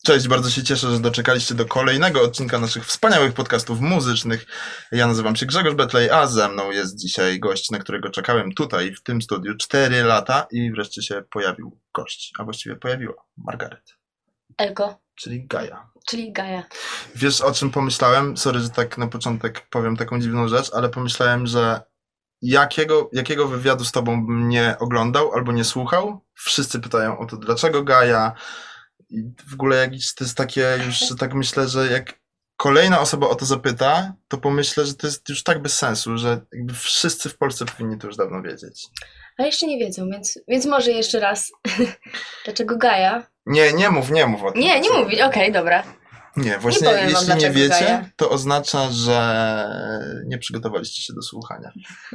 Cześć, bardzo się cieszę, że doczekaliście do kolejnego odcinka naszych wspaniałych podcastów muzycznych. Ja nazywam się Grzegorz Betlej, a ze mną jest dzisiaj gość, na którego czekałem tutaj, w tym studiu, 4 lata i wreszcie się pojawił gość, a właściwie pojawiła Margaret. Elko. Czyli Gaja. Czyli Gaja. Wiesz, o czym pomyślałem? Sorry, że tak na początek powiem taką dziwną rzecz, ale pomyślałem, że jakiego wywiadu z tobą bym nie oglądał albo nie słuchał, wszyscy pytają o to, dlaczego Gaja. I w ogóle jakieś to jest takie już, że tak myślę, że jak kolejna osoba o to zapyta, to pomyślę, że to jest już tak bez sensu, że jakby wszyscy w Polsce powinni to już dawno wiedzieć. A jeszcze nie wiedzą, więc może jeszcze raz. Dlaczego Gaja? Nie mów o tym. Nie mówić, okej, dobra. Nie, właśnie powiem wam, jeśli nie dlaczego wiecie, Gaja. to oznacza, że nie przygotowaliście się do słuchania.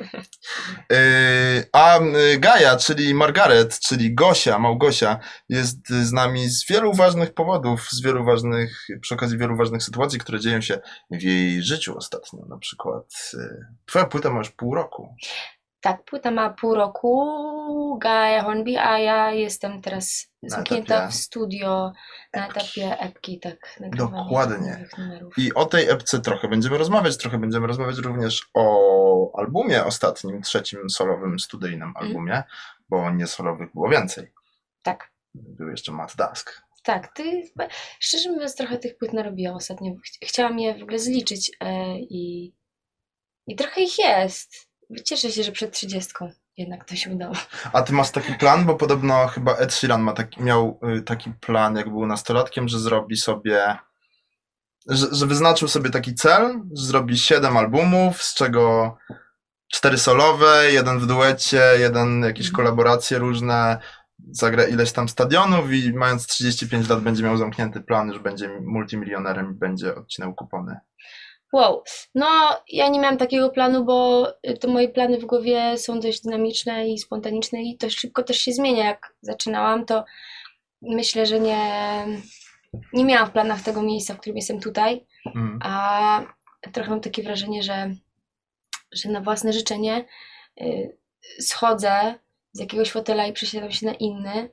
Gaja, czyli Margaret, czyli Małgosia, jest z nami z wielu ważnych powodów, przy okazji wielu ważnych sytuacji, które dzieją się w jej życiu ostatnio. Na przykład twoja płyta ma już pół roku. Tak, płyta ma pół roku, Gaja Hornby, a ja jestem teraz zamknięta w studio na etapie epki, tak. Dokładnie. Nowych numerów. I o tej epce trochę będziemy rozmawiać również o albumie ostatnim, trzecim solowym, studyjnym albumie, bo nie solowych było więcej. Tak. Był jeszcze Matt Dusk. Tak, szczerze mówiąc trochę tych płyt narobiłam ostatnio. Chciałam je w ogóle zliczyć i trochę ich jest. Cieszę się, że przed 30 jednak to się udało. A ty masz taki plan, bo podobno chyba Ed Sheeran miał taki plan, jak był nastolatkiem, że zrobi sobie, że wyznaczył sobie taki cel, że zrobi 7 albumów, z czego 4 solowe, 1 w duecie, 1 jakieś kolaboracje różne, zagra ileś tam stadionów i mając 35 lat będzie miał zamknięty plan, już będzie multimilionerem i będzie odcinał kupony. Wow, no ja nie miałam takiego planu, bo to moje plany w głowie są dość dynamiczne i spontaniczne i to szybko też się zmienia. Jak zaczynałam, to myślę, że nie miałam w planach tego miejsca, w którym jestem tutaj, a trochę mam takie wrażenie, że na własne życzenie schodzę z jakiegoś fotela i przesiadam się na inny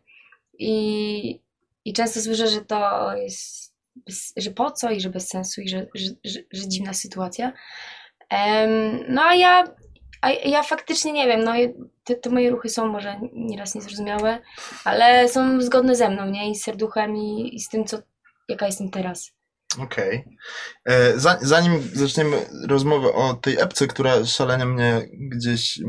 i często słyszę, że to jest że po co i że bez sensu i że dziwna sytuacja. No a ja faktycznie nie wiem, no te moje ruchy są może nieraz niezrozumiałe, ale są zgodne ze mną, nie? I z serduchem i z tym, jaka jestem teraz. Okej. Zanim zaczniemy rozmowę o tej epce, która szalenie mnie gdzieś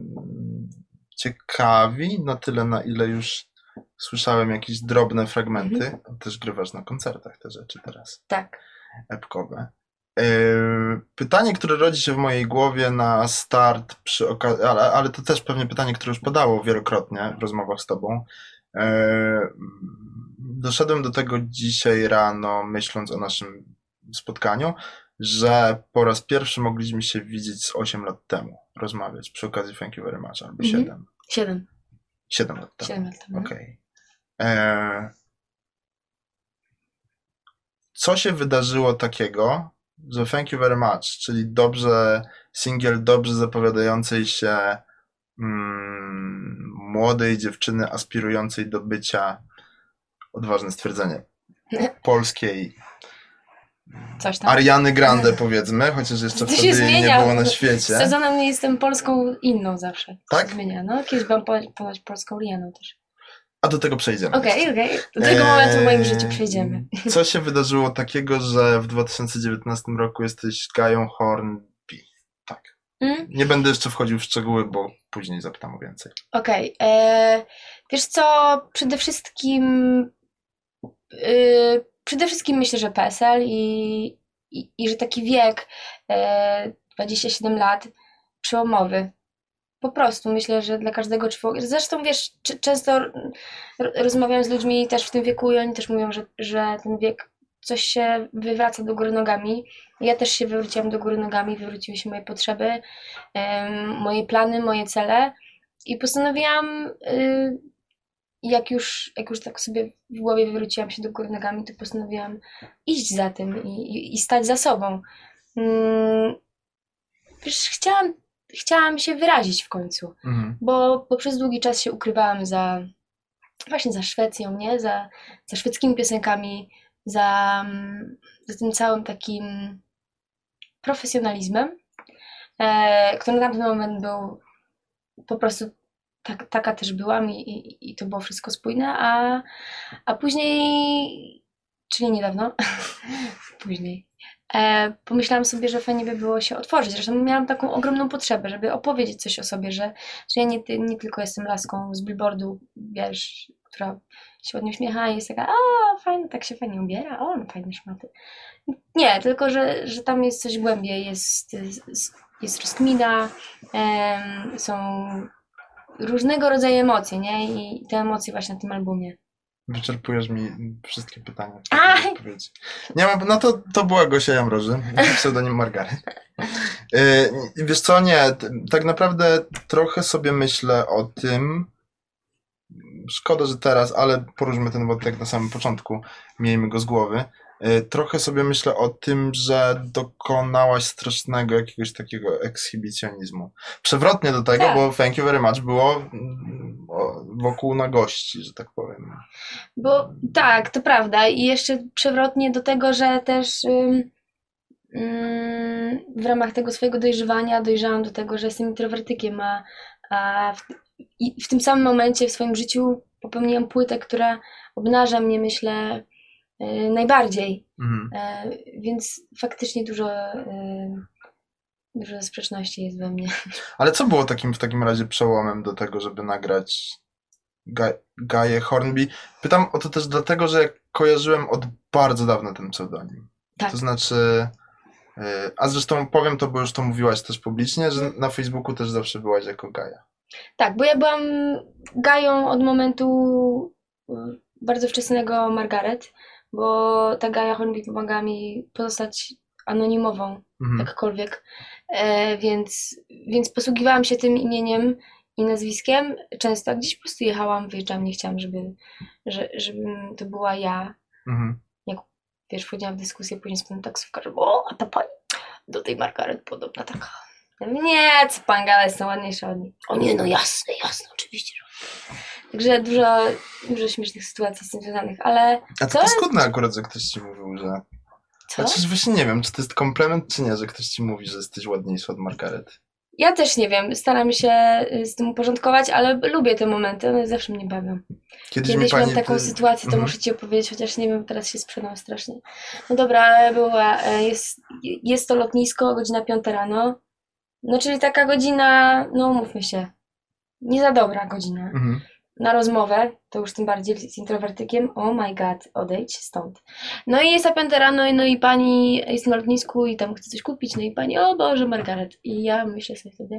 ciekawi, na tyle, na ile już słyszałem jakieś drobne fragmenty. Też grywasz na koncertach te rzeczy teraz. Tak. Epkowe. Pytanie, które rodzi się w mojej głowie na start przy okazji, ale to też pewnie pytanie, które już padało wielokrotnie w rozmowach z tobą. Doszedłem do tego dzisiaj rano, myśląc o naszym spotkaniu, że po raz pierwszy mogliśmy się widzieć z 8 lat temu, rozmawiać przy okazji Thank You Very Much, albo 7. 7 lat temu. 7 lat temu. Okej. Co się wydarzyło takiego, że Thank You Very Much, czyli singiel dobrze zapowiadającej się młodej dziewczyny aspirującej do bycia, odważne stwierdzenie, polskiej coś tam. Ariany Grande, powiedzmy, chociaż jeszcze wtedy jej nie było na świecie. Z sezonem nie jestem polską inną zawsze. Tak? Się zmienia. No, kiedyś byłam ponoć polską Rihanną też. A do tego przejdziemy. Okej. Do tego momentu w moim życiu przejdziemy. Co się wydarzyło takiego, że w 2019 roku jesteś Gają Hornby? Tak. Nie będę jeszcze wchodził w szczegóły, bo później zapytam o więcej. Okej. Wiesz co, przede wszystkim myślę, że PESEL i że taki wiek 27 lat przełomowy. Po prostu myślę, że dla każdego człowieka. Zresztą wiesz, często rozmawiam z ludźmi też w tym wieku i oni też mówią, że ten wiek coś się wywraca do góry nogami. Ja też się wywróciłam do góry nogami, wywróciły się moje potrzeby, moje plany, moje cele i postanowiłam, jak już tak sobie w głowie wywróciłam się do góry nogami, to postanowiłam iść za tym i stać za sobą. Wiesz, chciałam się wyrazić w końcu, bo przez długi czas się ukrywałam właśnie za Szwecją, nie? Za szwedzkimi piosenkami, za, za tym całym takim profesjonalizmem, który na ten moment był po prostu taka też byłam i to było wszystko spójne, a później, czyli niedawno, później, pomyślałam sobie, że fajnie by było się otworzyć. Zresztą miałam taką ogromną potrzebę, żeby opowiedzieć coś o sobie, że ja nie tylko jestem laską z billboardu, wiesz, która się ładnie uśmiecha i jest taka, fajnie, tak się fajnie ubiera, no fajne szmaty. Nie, tylko, że tam jest coś głębiej, jest rozkmina, są różnego rodzaju emocje, nie? I te emocje właśnie na tym albumie. Wyczerpujesz mi wszystkie pytania. Aj! Odpowiedzi. Nie ma, no to była Gosia Jamroży, pseudonim Margaret. Wiesz co, nie, tak naprawdę trochę sobie myślę o tym, szkoda, że teraz, ale poruszmy ten wątek na samym początku, miejmy go z głowy. Trochę sobie myślę o tym, że dokonałaś strasznego jakiegoś takiego ekshibicjonizmu. Przewrotnie do tego, Tak. bo Thank You Very Much było wokół nagości, że tak powiem. Bo tak, to prawda. I jeszcze przewrotnie do tego, że też w ramach tego swojego dojrzewania dojrzałam do tego, że jestem introwertykiem, a w tym samym momencie w swoim życiu popełniłam płytę, która obnaża mnie, myślę, najbardziej. Więc faktycznie dużo sprzeczności jest we mnie. Ale co było w takim razie przełomem do tego, żeby nagrać Gaję Hornby? Pytam o to też dlatego, że kojarzyłem od bardzo dawna ten pseudonim. Tak. To znaczy, a zresztą powiem to, bo już to mówiłaś też publicznie, że na Facebooku też zawsze byłaś jako Gaja. Tak, bo ja byłam Gają od momentu bardzo wczesnego Margaret, bo ta Gaja Hornby pomagała mi pozostać anonimową, jakkolwiek, więc posługiwałam się tym imieniem i nazwiskiem często, a gdzieś po prostu jechałam, wyjeżdżałam, nie chciałam, żeby to była ja. Jak, wiesz, wchodziłam w dyskusję później z panem taksówkarzem, a ta pani do tej Margaret podobna taka. Nie, co pan gada, jestem ładniejsza od niej. O nie, no jasne, oczywiście. Także dużo śmiesznych sytuacji z tym związanych, ale... A to paskudne akurat, że ktoś ci mówił, że... Co? Znaczy, właśnie nie wiem, czy to jest komplement, czy nie, że ktoś ci mówi, że jesteś ładniejsza od Margaret. Ja też nie wiem, staram się z tym uporządkować, ale lubię te momenty, one zawsze mnie bawią. Kiedyś miałam taką sytuację, to muszę ci opowiedzieć, chociaż nie wiem, teraz się sprzedam strasznie. No dobra, ale jest to lotnisko, godzina 5 rano, no czyli taka godzina, no umówmy się, nie za dobra godzina. Na rozmowę, to już tym bardziej z introwertykiem, oh my god, odejdź stąd. No i jest 5 rano, no i pani jest na lotnisku i tam chce coś kupić, no i pani, o Boże, Margaret. I ja myślę sobie wtedy,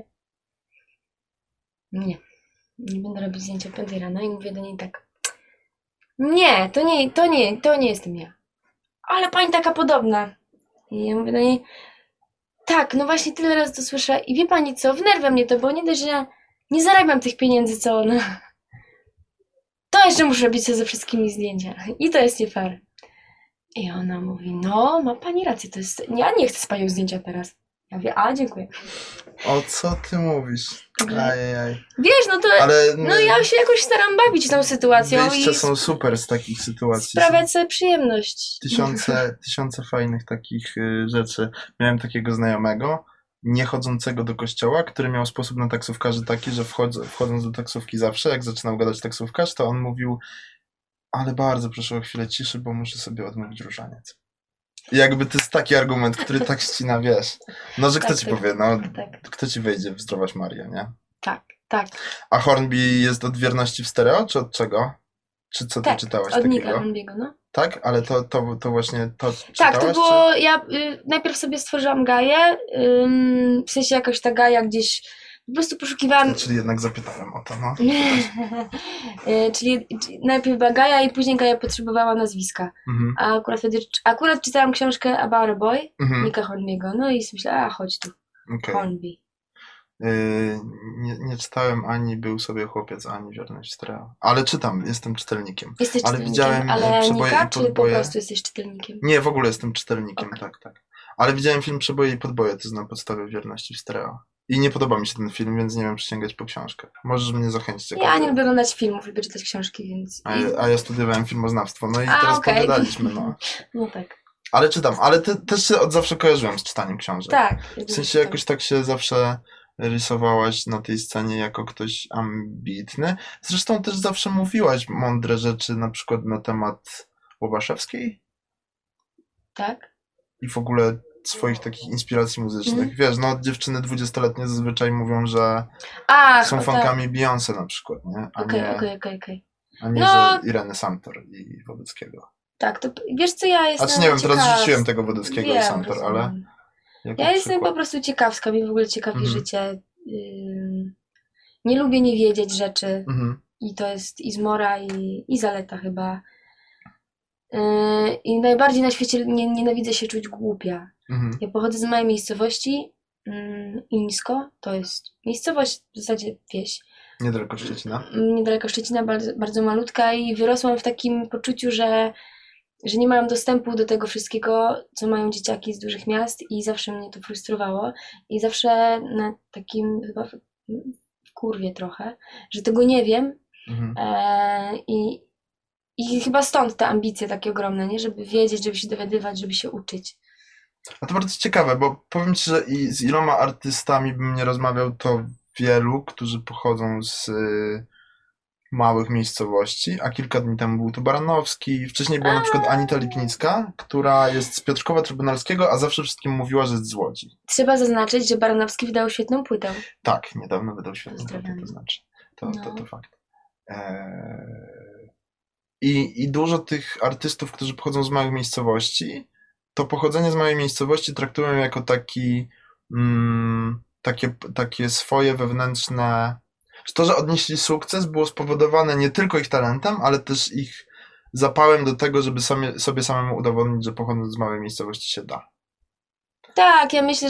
nie będę robić zdjęcia o 5 rano i mówię do niej tak, nie, to nie jestem ja. Ale pani taka podobna. I ja mówię do niej, tak, no właśnie tyle razy to słyszę i wie pani co, wnerwia mnie to, bo nie dość, że nie zarabiam tych pieniędzy, co ona... To jeszcze muszę robić sobie ze wszystkimi zdjęcia. I to jest nie fair. I ona mówi, no, ma pani rację, to jest... Ja nie chcę z panią zdjęcia teraz. Ja mówię, dziękuję. O co ty mówisz? Ajajaj. Wiesz, no to... Ale, no ja się jakoś staram bawić tą sytuacją wyjścia i... są super z takich sytuacji. Sprawiać sobie przyjemność. Tysiące fajnych takich rzeczy. Miałem takiego znajomego, niechodzącego do kościoła, który miał sposób na taksówkarzy taki, że wchodząc do taksówki zawsze, jak zaczynał gadać taksówkarz, to on mówił, ale bardzo proszę o chwilę ciszy, bo muszę sobie odmówić różaniec. I jakby to jest taki argument, który tak ścina, wiesz. No, że kto ci powie, no, kto ci wejdzie w Zdrowaś Maria, nie? Tak. A Hornby jest od wierności w stereo, czy od czego? Czy co ty czytałaś od takiego? Nika Hornby'ego, no. Tak? Ale to właśnie to czytałaś? Tak, to było, ja najpierw sobie stworzyłam Gaję, w sensie jakoś ta Gaja gdzieś, po prostu poszukiwałam... Czyli jednak zapytałem o to, no. Czyli najpierw była Gaja i później Gaja potrzebowała nazwiska. A akurat czytałam książkę About a Boy, Nika Hornby'ego, no i myślałam, chodź tu, Hornby. Nie czytałem ani Był sobie chłopiec, ani Wierność w stereo. Ale czytam, jestem czytelnikiem. Jesteś czytelnikiem, ale Nika, czy po prostu jesteś czytelnikiem? Nie, w ogóle jestem czytelnikiem, tak. Ale widziałem film Przeboje i podboje, to jest na podstawie Wierności w stereo. I nie podoba mi się ten film, więc nie wiem, czy sięgać po książkę. Możesz mnie zachęcić Ja nie jakąś. lubię oglądać filmów, lubię czytać książki, więc... A ja studiowałem filmoznawstwo, no i A, teraz okej. pogadaliśmy, no. No tak. Ale czytam, ale też się od zawsze kojarzyłem z czytaniem książek. Tak. W sensie jakoś tak się zawsze rysowałaś na tej scenie jako ktoś ambitny. Zresztą też zawsze mówiłaś mądre rzeczy, na przykład na temat Łobaszewskiej Tak? i w ogóle swoich takich inspiracji muzycznych. Wiesz, no dziewczyny 20-letnie zazwyczaj mówią, że Ach, są tak. fankami Beyoncé na przykład, nie? Okej. A nie, No. że Ireny Samtor i Wodeckiego. Tak, to wiesz co, ja jestem Znaczy nie wiem, teraz ciekaw... rzuciłem tego Wodeckiego i Wiem, Samtor, ale rozumiem. jako Ja jestem przykład. po prostu ciekawska, mnie w ogóle ciekawi Mhm. życie. Nie lubię nie wiedzieć rzeczy Mhm. i to jest i zmora i zaleta chyba. I najbardziej na świecie nienawidzę się czuć głupia. Mhm. Ja pochodzę z małej miejscowości, Ińsko, to jest miejscowość, w zasadzie wieś, Niedaleko Szczecina. niedaleko Szczecina, bardzo, bardzo malutka i wyrosłam w takim poczuciu, że nie mam dostępu do tego wszystkiego, co mają dzieciaki z dużych miast i zawsze mnie to frustrowało i zawsze na takim chyba w kurwie trochę, że tego nie wiem Mhm. i chyba stąd te ambicje takie ogromne, nie? Żeby wiedzieć, żeby się dowiadywać, żeby się uczyć. A to bardzo ciekawe, bo powiem ci, że i z iloma artystami bym nie rozmawiał, to wielu, którzy pochodzą z małych miejscowości, a kilka dni temu był tu Baranowski, wcześniej była na przykład Anita Lipnicka, która jest z Piotrkowa Trybunalskiego, a zawsze wszystkim mówiła, że jest z Łodzi. Trzeba zaznaczyć, że Baranowski wydał świetną płytę. Tak, niedawno wydał świetną płytę, Pozdrawiam. to znaczy. No. To fakt. I dużo tych artystów, którzy pochodzą z małych miejscowości, to pochodzenie z małej miejscowości traktują jako taki takie swoje wewnętrzne... To, że odnieśli sukces, było spowodowane nie tylko ich talentem, ale też ich zapałem do tego, żeby sobie samemu udowodnić, że pochodząc z małej miejscowości się da. Tak, ja myślę,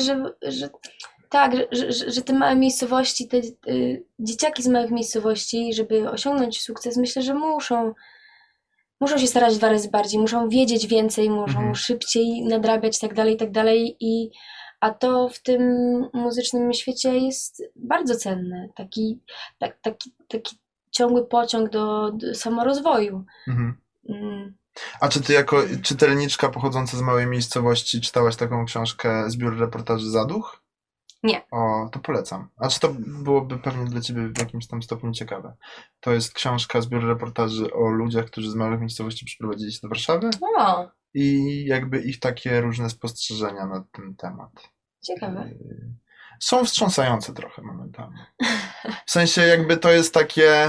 że te małe miejscowości, te dzieciaki z małych miejscowości, żeby osiągnąć sukces, myślę, że muszą się starać 2 razy bardziej, muszą wiedzieć więcej, muszą szybciej nadrabiać i tak dalej. A to w tym muzycznym świecie jest bardzo cenne. Taki ciągły pociąg do samorozwoju. Mhm. Mm. A czy ty jako czytelniczka pochodząca z małej miejscowości czytałaś taką książkę Zbiór reportaży Zaduch? Nie. O, to polecam. A czy to byłoby pewnie dla ciebie w jakimś tam stopniu ciekawe. To jest książka, zbiór reportaży o ludziach, którzy z małych miejscowości przyprowadzili się do Warszawy O, i jakby ich takie różne spostrzeżenia na ten temat. ciekawe. Są wstrząsające trochę momentami. W sensie jakby to jest takie,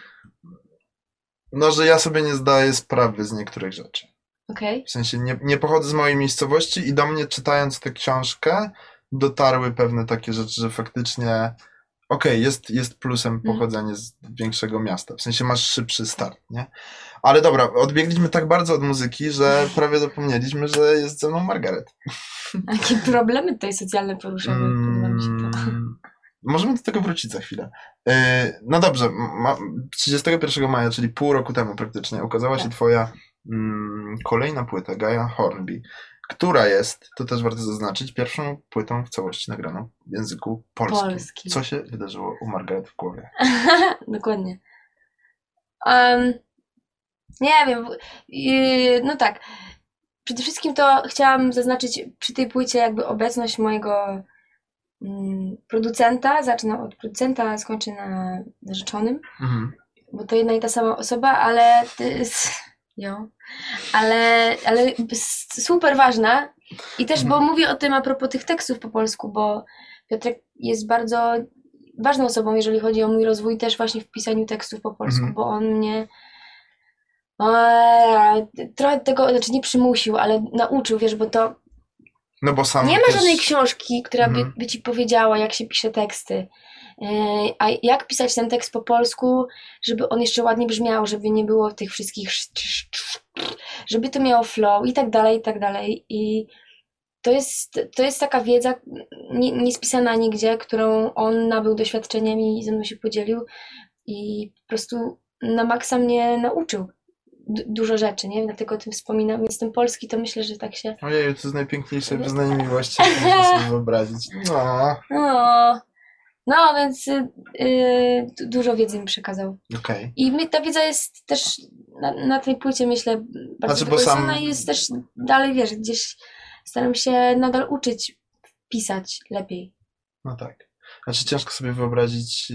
no, że ja sobie nie zdaję sprawy z niektórych rzeczy. Okej. W sensie nie pochodzę z małej miejscowości i do mnie czytając tę książkę dotarły pewne takie rzeczy, że faktycznie jest plusem pochodzenie z większego miasta. W sensie masz szybszy start, nie? Ale dobra, odbiegliśmy tak bardzo od muzyki, że prawie zapomnieliśmy, że jest ze mną Margaret. A jakie problemy tutaj socjalne poruszały? Podoba mi się to. Możemy do tego wrócić za chwilę. No dobrze, 31 maja, czyli pół roku temu praktycznie, ukazała się twoja kolejna płyta, Gaia Hornby, która jest, to też warto zaznaczyć, pierwszą płytą w całości nagraną w języku polskim. Co się wydarzyło u Margaret w głowie? Dokładnie. Nie wiem. No tak. Przede wszystkim to chciałam zaznaczyć przy tej płycie jakby obecność mojego producenta. Zacznę od producenta, a skończę na narzeczonym. Bo to jedna i ta sama osoba, ale ale super ważna. I też, bo mówię o tym a propos tych tekstów po polsku, bo Piotrek jest bardzo ważną osobą, jeżeli chodzi o mój rozwój też właśnie w pisaniu tekstów po polsku, bo on mnie trochę tego, znaczy nie przymusił, ale nauczył, wiesz, bo to no bo sam nie ma żadnej książki, która by ci powiedziała, jak się pisze teksty. A jak pisać ten tekst po polsku, żeby on jeszcze ładnie brzmiał, żeby nie było tych wszystkich żeby to miało flow i tak dalej, i tak dalej. I to jest taka wiedza niespisana nigdzie, którą on nabył doświadczeniem i ze mną się podzielił i po prostu na maksa mnie nauczył. dużo rzeczy, nie? Dlatego o tym wspominam. Więc ten polski to myślę, że tak się... Ojej, to jest najpiękniejsze wyznanie miłości, jakie można sobie wyobrazić. No, No, no więc dużo wiedzy mi przekazał. okej. I ta wiedza jest też na tej płycie, myślę, bardzo Znaczy, bo wykorzystana sam- i jest też dalej, wiesz, gdzieś staram się nadal uczyć pisać lepiej. No tak. Znaczy ciężko sobie wyobrazić.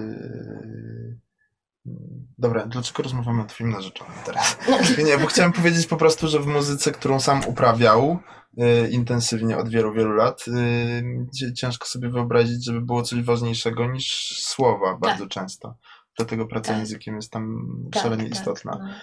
Dobra, dlaczego rozmawiamy o twoim narzeczonym teraz? Nie, bo chciałem powiedzieć po prostu, że w muzyce, którą sam uprawiał intensywnie od wielu, wielu lat, ciężko sobie wyobrazić, żeby było coś ważniejszego niż słowa bardzo często. Dlatego praca Tak. językiem jest tam szalenie Tak, istotna. no.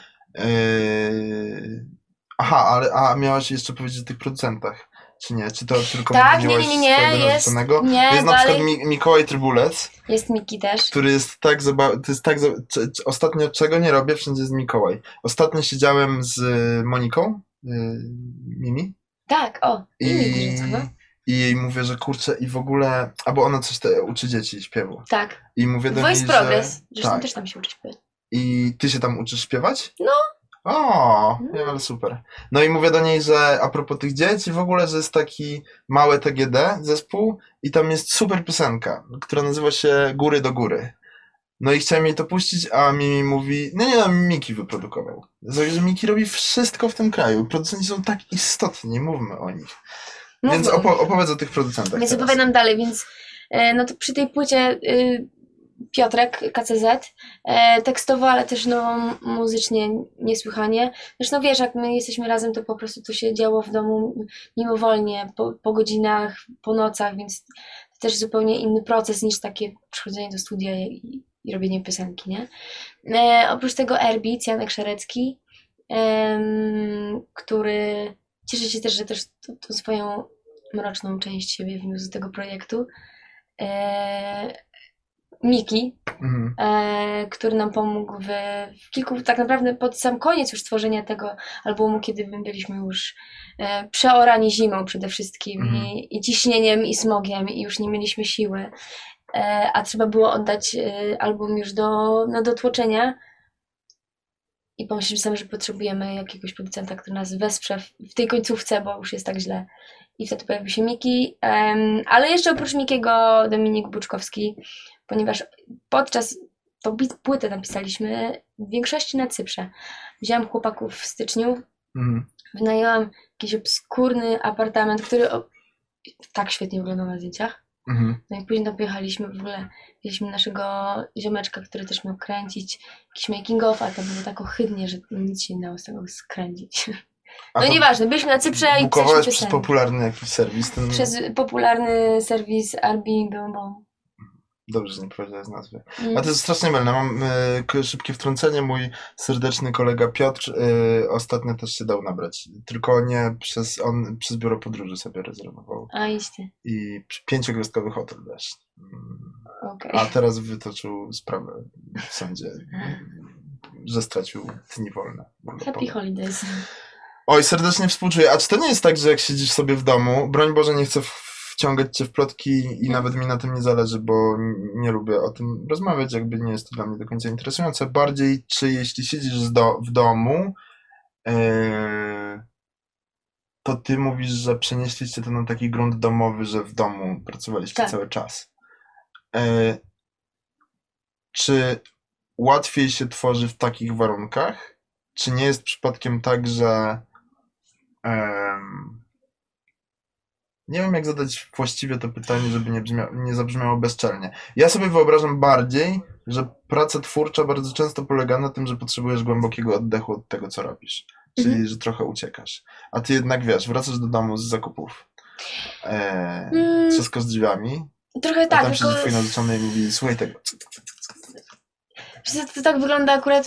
Aha, a miałaś jeszcze powiedzieć o tych producentach, czy nie? Czy to tylko Tak, wymieniłaś nie, swojego jest, narzeczonego? nie, Jest na dalej. przykład Mikołaj Trybulec, Jest Miki też. który jest tak ostatnio czego nie robię, wszędzie jest Mikołaj. Ostatnio siedziałem z Moniką, Mimi, Tak, o, i Miki i, Życko, no. i jej mówię, że kurczę i w ogóle, bo ona coś uczy dzieci śpiewu. Tak. I mówię do Voice niej, Progress. Zresztą tak. też tam się uczy śpiewać. I ty się tam uczysz śpiewać? No. O, nie, ale super. No i mówię do niej, że a propos tych dzieci w ogóle, że jest taki małe TGD zespół i tam jest super piosenka, która nazywa się Góry do góry. No i chciałem jej to puścić, a Mimi mówi, no Miki wyprodukował. Że Miki robi wszystko w tym kraju. Producenci są tak istotni, mówmy o nich. Więc opowiedz o tych producentach. Więc teraz. opowiadam dalej, więc no to przy tej płycie Piotrek KCZ tekstowo, ale też no muzycznie niesłychanie. Zresztą wiesz, jak my jesteśmy razem, to po prostu to się działo w domu mimowolnie, po godzinach, po nocach, więc to też zupełnie inny proces niż takie przychodzenie do studia i robienie piosenki, nie? Oprócz tego Erbic, Janek Szerecki, który cieszę się też, że też tą swoją mroczną część siebie wniósł z tego projektu. Miki, który nam pomógł w kilku, tak naprawdę pod sam koniec już tworzenia tego albumu, kiedy my byliśmy już przeorani zimą przede wszystkim i ciśnieniem i smogiem i już nie mieliśmy siły, a trzeba było oddać album już do tłoczenia i pomyśleliśmy sobie, że potrzebujemy jakiegoś producenta, który nas wesprze w tej końcówce, bo już jest tak źle. I wtedy pojawił się Miki, ale jeszcze oprócz Mikiego Dominik Buczkowski, ponieważ podczas tą płytę napisaliśmy w większości na Cyprze. Wzięłam chłopaków w styczniu, wynajęłam jakiś obskurny apartament, który tak świetnie wyglądał na zdjęciach. No i później tam pojechaliśmy, w ogóle wzięliśmy naszego ziomeczka, który też miał kręcić jakiś making of, ale to było tak ohydnie, że nic się nie dało z tego skręcić. No nieważne, byliśmy na Cyprze i bukowałeś przez popularny jakiś serwis? Przez popularny serwis Airbnb. Dobrze, że nie powiedziałeś nazwy. A to jest strasznie mylne. Mam szybkie wtrącenie. Mój serdeczny kolega Piotr ostatnio też się dał nabrać. Tylko nie on przez biuro podróży sobie rezerwował. A iście. I 5-gwiazdkowy hotel też. Okay. A teraz wytoczył sprawę w sądzie, że stracił dni wolne. Happy holidays. Oj, serdecznie współczuję. A czy to nie jest tak, że jak siedzisz sobie w domu, broń Boże, nie chcę wciągać cię w plotki i nawet mi na tym nie zależy, bo nie lubię o tym rozmawiać, jakby nie jest to dla mnie do końca interesujące. Bardziej, czy jeśli siedzisz w domu, to ty mówisz, że przenieśliście to na taki grunt domowy, że w domu pracowaliście cały czas. Czy łatwiej się tworzy w takich warunkach? Czy nie jest przypadkiem tak, że nie wiem, jak zadać właściwie to pytanie, żeby nie zabrzmiało bezczelnie. Ja sobie wyobrażam bardziej, że praca twórcza bardzo często polega na tym, że potrzebujesz głębokiego oddechu od tego, co robisz. Czyli, że trochę uciekasz. A ty jednak, wiesz, wracasz do domu z zakupów. Wszystko z drzwiami. Trochę tak. Tam siedzi twój narzeczony i mówi, słuchaj tego. To tak wygląda akurat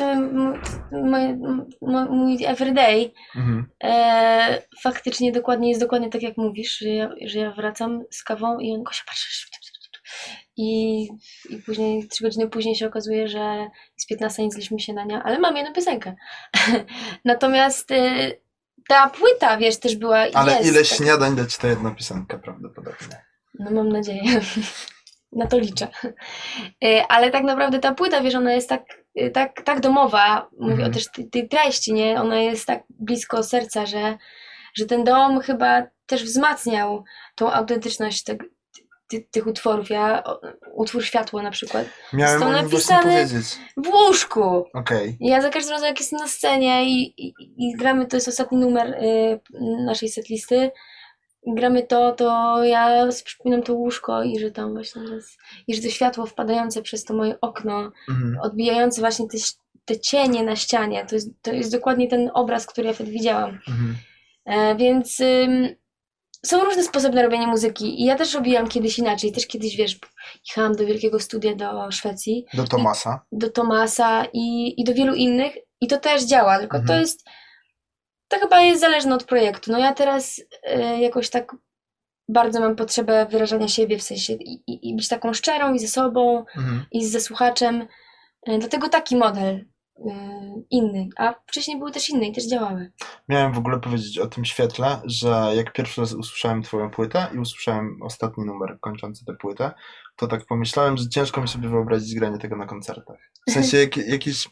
mój everyday. Faktycznie jest dokładnie tak, jak mówisz, że ja wracam z kawą i on Gosia, patrz. I później 3 godziny później się okazuje, że jest 15, nie zjedliśmy śniadania, ale mam jedną piosenkę. Natomiast ta płyta, wiesz, też była... Ale ile śniadań dać ta jedna piosenka prawdopodobnie? No mam nadzieję. Na to liczę. Ale tak naprawdę ta płyta, wiesz, ona jest tak tak domowa, mówię Mhm. o też tej treści, nie? Ona jest tak blisko serca, że ten dom chyba też wzmacniał tą autentyczność tych utworów. Utwór Światło na przykład Miałem został o nim właśnie napisany powiedzieć. w łóżku. Okej. I ja za każdym razem, jak jestem na scenie i gramy, to jest ostatni numer naszej setlisty, gramy to ja przypominam to łóżko i że tam właśnie i że to światło wpadające przez to moje okno, Mhm. odbijające właśnie te cienie na ścianie, to jest dokładnie ten obraz, który ja wtedy widziałam. Mhm. Więc są różne sposoby na robienie muzyki i ja też robiłam kiedyś inaczej, też kiedyś, wiesz, jechałam do wielkiego studia do Szwecji, Do Tomasa. do Tomasa i do wielu innych i to też działa, tylko Mhm. to chyba jest zależne od projektu. No ja teraz jakoś tak bardzo mam potrzebę wyrażania siebie, w sensie i być taką szczerą i ze sobą, Mhm. i ze słuchaczem. Dlatego taki model inny, a wcześniej były też inne i też działały. Miałem w ogóle powiedzieć o tym świetle, że jak pierwszy raz usłyszałem twoją płytę i usłyszałem ostatni numer kończący tę płytę, to tak pomyślałem, że ciężko mi sobie wyobrazić granie tego na koncertach. W sensie jakiś...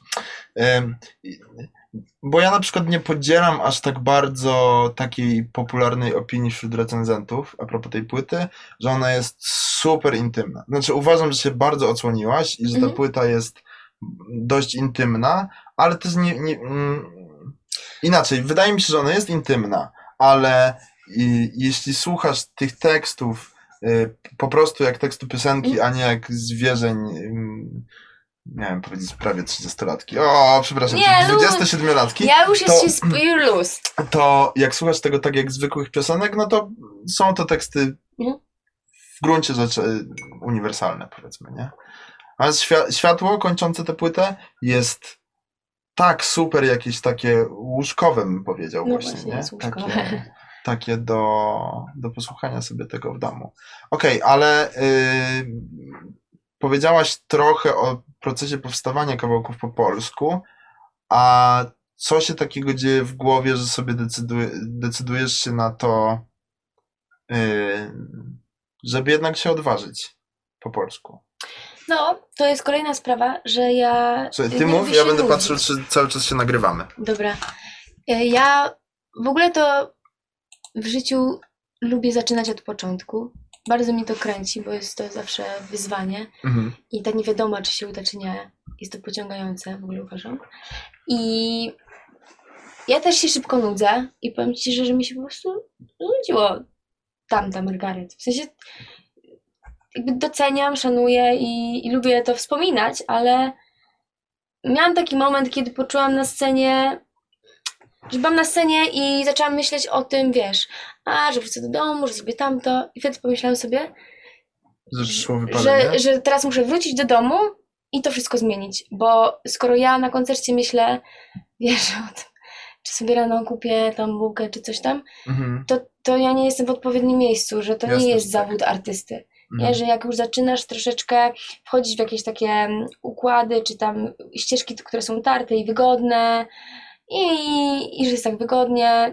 bo ja na przykład nie podzielam aż tak bardzo takiej popularnej opinii wśród recenzentów a propos tej płyty, że ona jest super intymna. Znaczy uważam, że się bardzo odsłoniłaś i że ta płyta jest dość intymna, ale też inaczej, wydaje mi się, że ona jest intymna, ale jeśli słuchasz tych tekstów po prostu jak tekstu piosenki, a nie jak zwierzeń, miałem powiedzieć prawie 30-latki. O, przepraszam, Nie, 27-latki. Ja już to, jest you're luz. To jak słuchasz tego tak jak zwykłych piosenek, no to są to teksty w gruncie rzeczy uniwersalne, powiedzmy, nie? Ale światło kończące tę płytę jest tak super jakieś takie łóżkowe, bym powiedział No właśnie, właśnie, nie? jest łóżkowe. Takie do posłuchania sobie tego w domu. Okej, ale powiedziałaś trochę o procesie powstawania kawałków po polsku, a co się takiego dzieje w głowie, że sobie decydujesz się na to, żeby jednak się odważyć po polsku? No, to jest kolejna sprawa, że ja Słuchaj, nie ty mów, lubię ja się będę nudzić. patrzył, czy cały czas się nagrywamy. Dobra. Ja w ogóle to w życiu lubię zaczynać od początku. Bardzo mnie to kręci, bo jest to zawsze wyzwanie Mhm. i tak nie wiadomo, czy się uda, czy nie. Jest to pociągające, w ogóle uważam. I ja też się szybko nudzę i powiem ci, że mi się po prostu nudziło tamta Margaret. W sensie jakby doceniam, szanuję i lubię to wspominać, ale miałam taki moment, kiedy poczułam na scenie, że byłam na scenie i zaczęłam myśleć o tym, wiesz, że wrócę do domu, że zrobię tamto i wtedy pomyślałam sobie, Że przyszło wypalenie? że teraz muszę wrócić do domu i to wszystko zmienić, bo skoro ja na koncercie myślę, wiesz, o tym, czy sobie rano kupię tam bułkę, czy coś tam, Mhm. to ja nie jestem w odpowiednim miejscu, że to Jasne, nie jest że tak. zawód artysty. Nie, Mhm. że jak już zaczynasz troszeczkę wchodzić w jakieś takie układy, czy tam ścieżki, które są tarte i wygodne i że jest tak wygodnie,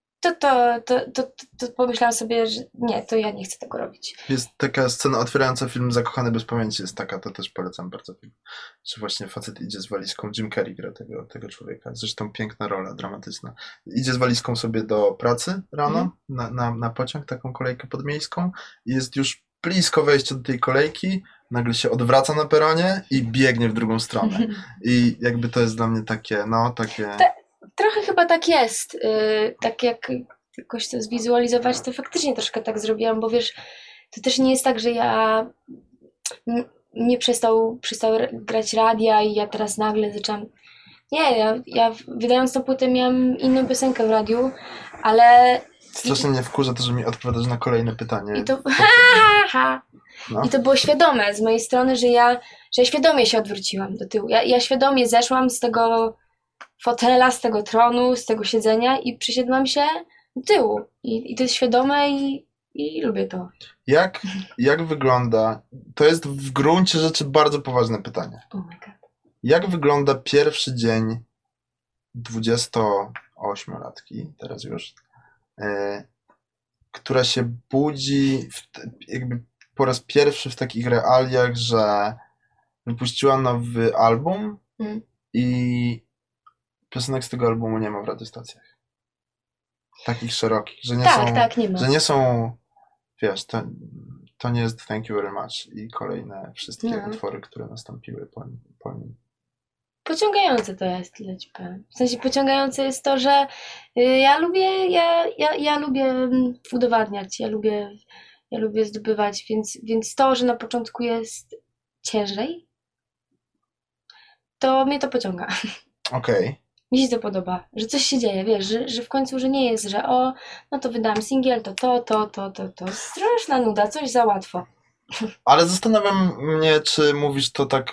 to pomyślałam sobie, że nie, to ja nie chcę tego robić. Jest taka scena otwierająca film Zakochany bez pamięci, jest taka, to też polecam bardzo film. Że właśnie facet idzie z walizką, Jim Carrey gra tego człowieka, zresztą piękna rola, dramatyczna. Idzie z walizką sobie do pracy rano, na pociąg, taką kolejkę podmiejską i jest już blisko wejścia do tej kolejki, nagle się odwraca na peronie i biegnie w drugą stronę. I jakby to jest dla mnie takie, Trochę chyba tak jest. Tak jak jakoś to zwizualizować, to faktycznie troszkę tak zrobiłam, bo wiesz, to też nie jest tak, że ja nie przestał grać radia i ja teraz nagle zaczęłam... Nie, ja wydając tą płytę miałam inną piosenkę w radiu, ale... Strasznie mnie wkurza to, że mi odpowiadasz na kolejne pytanie. No. I to było świadome z mojej strony, że ja świadomie się odwróciłam do tyłu. Ja świadomie zeszłam z tego fotela, z tego tronu, z tego siedzenia i przysiadłam się do tyłu. I to jest świadome i lubię to. Jak wygląda, to jest w gruncie rzeczy bardzo poważne pytanie. Oh my God. Jak wygląda pierwszy dzień 28-latki, teraz już, która się budzi jakby po raz pierwszy w takich realiach, że wypuściła nowy album Mm. I piosenek z tego albumu nie ma w radiostacjach. Takich szerokich, Tak, nie ma. że nie są, wiesz, to nie jest Thank You Very Much i kolejne wszystkie No. utwory, które nastąpiły po nim. Pociągające to jest, tyle ci powiem. W sensie pociągające jest to, że ja lubię udowadniać, ja lubię zdobywać, więc to, że na początku jest ciężej, to mnie to pociąga. Okej. Mi się to podoba, że coś się dzieje, wiesz, że w końcu, że nie jest, że no to wydałam singiel, to. Straszna nuda, coś za łatwo. Ale zastanawiam mnie, czy mówisz to tak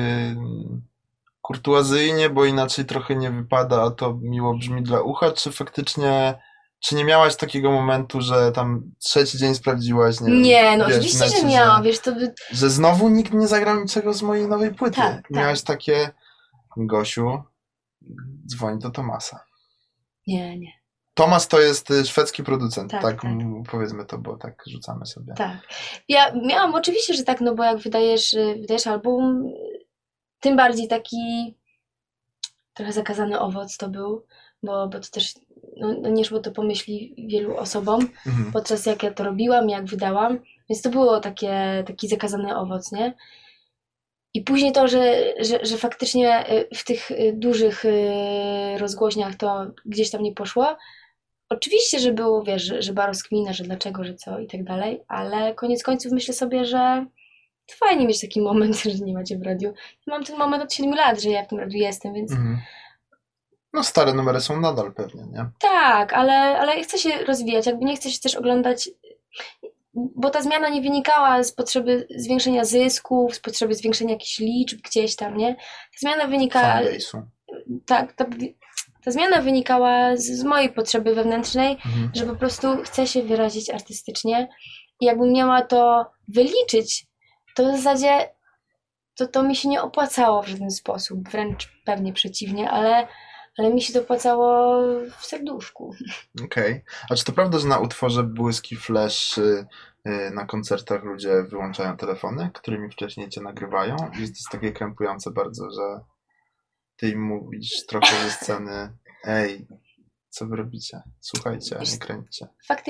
kurtuazyjnie, bo inaczej trochę nie wypada, a to miło brzmi dla ucha, czy faktycznie, czy nie miałaś takiego momentu, że tam trzeci dzień sprawdziłaś, nie wiem, Nie, no wiesz, w oczywiście, necie, że miałam, wiesz, to by... że znowu nikt nie zagrał niczego z mojej nowej płyty. Tak. Miałaś takie, Gosiu, dzwoń do Tomasa. Nie. Tomas to jest szwedzki producent, Tak. Powiedzmy to, bo tak rzucamy sobie. Tak. Ja miałam oczywiście, że tak, no bo jak wydajesz album, tym bardziej taki trochę zakazany owoc to był, bo to też no nie szło to po myśli wielu osobom, podczas jak ja to robiłam, jak wydałam, więc to było taki zakazany owoc, nie? I później to, że faktycznie w tych dużych rozgłośniach to gdzieś tam nie poszło. Oczywiście, że było, wiesz, że była rozkmina, że dlaczego, że co i tak dalej, ale koniec końców myślę sobie, że fajnie mieć taki moment, że nie macie w radiu. Ja mam ten moment od 7 lat, że ja w tym radiu jestem, więc No stare numery są nadal pewnie, nie? tak, ale chcę się rozwijać, jakby nie chcę się też oglądać, bo ta zmiana nie wynikała z potrzeby zwiększenia zysków, z potrzeby zwiększenia jakichś liczb gdzieś tam, nie? Ta zmiana wynikała... Fanbase'u. Tak, ta zmiana wynikała z mojej potrzeby wewnętrznej, że po prostu chcę się wyrazić artystycznie i jakbym miała to wyliczyć, to w zasadzie to mi się nie opłacało w żaden sposób, wręcz pewnie przeciwnie, ale mi się to opłacało w serduszku. Okej. A czy to prawda, że na utworze Błyski Flash na koncertach ludzie wyłączają telefony, którymi wcześniej cię nagrywają? I jest to takie krępujące bardzo, że ty im mówisz trochę ze sceny: ej, co wy robicie? Słuchajcie, a nie kręćcie.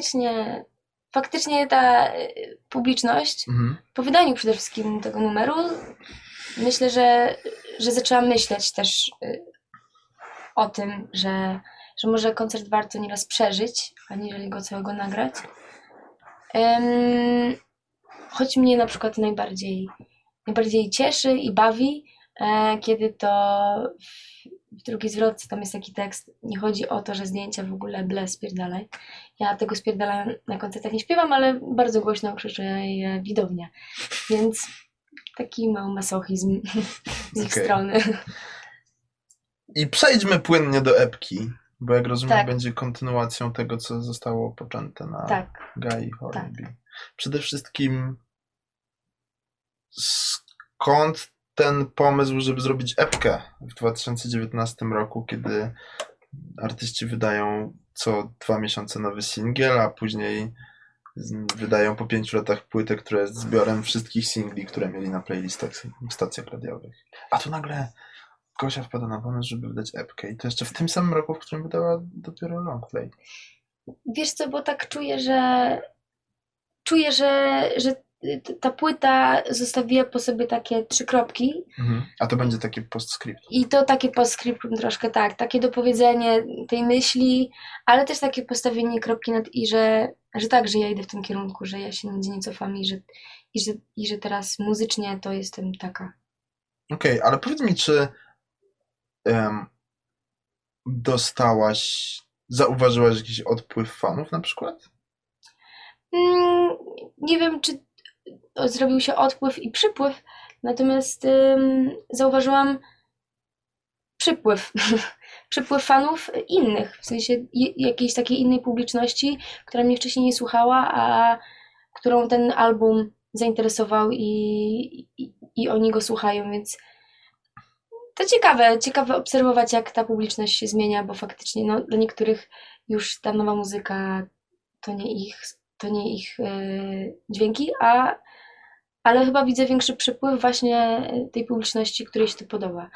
Faktycznie ta publiczność po wydaniu przede wszystkim tego numeru, myślę, że zaczęłam myśleć też o tym, że może koncert warto nieraz przeżyć, aniżeli go całego nagrać. Choć mnie na przykład najbardziej cieszy i bawi, kiedy to w drugiej zwrotce tam jest taki tekst: nie chodzi o to, że zdjęcia w ogóle ble, spierdalaj. Ja tego spierdalania na koncertach nie śpiewam, ale bardzo głośno krzyczę je widownia. Więc taki mały masochizm z ich strony. I przejdźmy płynnie do epki, bo jak rozumiem, Tak. będzie kontynuacją tego, co zostało poczęte na Gai Hornby. Tak. Przede wszystkim, skąd ten pomysł, żeby zrobić epkę w 2019 roku, kiedy artyści wydają co 2 miesiące nowy singiel, a później wydają po 5 latach płytę, która jest zbiorem wszystkich singli, które mieli na playlistach w stacjach radiowych. A tu nagle Gosia wpada na pomysł, żeby wydać epkę, i to jeszcze w tym samym roku, w którym wydała dopiero longplay. Wiesz co, bo tak czuję, że ta płyta zostawiła po sobie takie 3 kropki. A to będzie takie postscriptum. I to takie postscriptum troszkę, tak, takie dopowiedzenie tej myśli, ale też takie postawienie kropki nad i, że tak, że ja idę w tym kierunku, że ja się nigdzie nie cofam i że teraz muzycznie to jestem taka. Okej, ale powiedz mi, czy zauważyłaś jakiś odpływ fanów na przykład? Nie wiem, czy zrobił się odpływ i przypływ, natomiast zauważyłam przypływ fanów innych, w sensie jakiejś takiej innej publiczności, która mnie wcześniej nie słuchała, a którą ten album zainteresował i oni go słuchają, więc to ciekawe obserwować, jak ta publiczność się zmienia, bo faktycznie no, dla niektórych już ta nowa muzyka to nie ich dźwięki, ale chyba widzę większy przypływ właśnie tej publiczności, której się to podoba.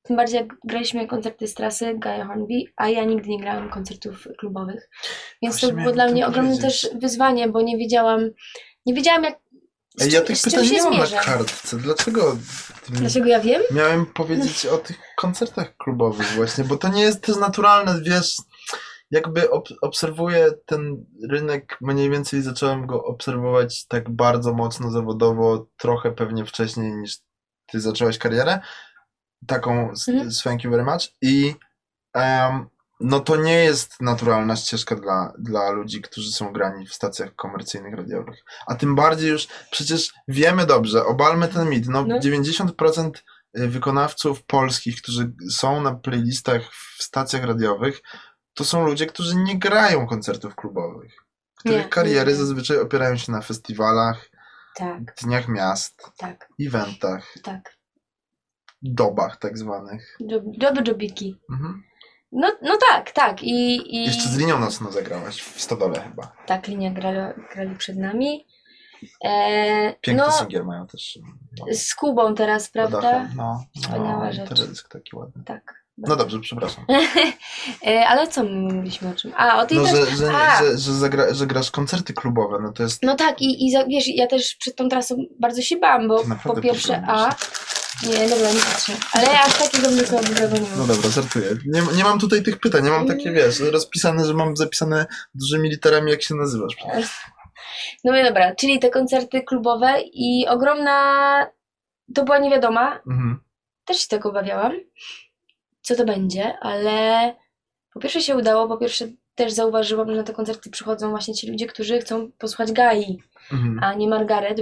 tym bardziej jak graliśmy koncerty z trasy Gaia Hornby, a ja nigdy nie grałam koncertów klubowych. Więc Właśnie to było miałem dla o tym mnie ogromne powiedzieć. też wyzwanie, bo nie wiedziałam jak Ej, ja tych z czym pytań się nie mam na zmierzę. kartce. Dlaczego? Dlaczego ja wiem? Miałem powiedzieć o tych koncertach klubowych właśnie, bo to nie jest też naturalne, wiesz, jakby obserwuję ten rynek, mniej więcej zacząłem go obserwować tak bardzo mocno zawodowo, trochę pewnie wcześniej niż ty zaczęłaś karierę, taką z Thank You Very Much i no to nie jest naturalna ścieżka dla ludzi, którzy są grani w stacjach komercyjnych radiowych. A tym bardziej już przecież wiemy dobrze, obalmy ten mit, no 90% wykonawców polskich, którzy są na playlistach w stacjach radiowych, to są ludzie, którzy nie grają koncertów klubowych, których kariery zazwyczaj opierają się na festiwalach, Tak, dniach miast, tak, eventach, tak. dobach tak zwanych. Jobiki. Mhm. No tak. I Jeszcze z Linią Nocną zagrałaś w Stodole chyba. tak, Linia grali przed nami. Piękny singiel mają też. No, z Kubą teraz, prawda? dachem. No, Wspaniała rzecz. teledysk taki ładny. Tak. No dobrze, przepraszam. Ale co my mówiliśmy o czym? A, o tej No, trasie. że grasz koncerty klubowe, no to jest... No tak, wiesz, ja też przed tą trasą bardzo się bałam, bo Ty naprawdę po pierwsze podglądasz. Nie, dobra, nie patrzę. Ale ja aż takiego wnuka dobrego nie No mam. dobra, żartuję. Nie mam tutaj tych pytań, nie mam takie, wiesz, rozpisane, że mam zapisane dużymi literami, jak się nazywasz. No i dobra, czyli te koncerty klubowe i ogromna... To była niewiadoma. Mhm. Też się tego obawiałam, co to będzie, ale po pierwsze się udało, po pierwsze też zauważyłam, że na te koncerty przychodzą właśnie ci ludzie, którzy chcą posłuchać Gai, a nie Margaret,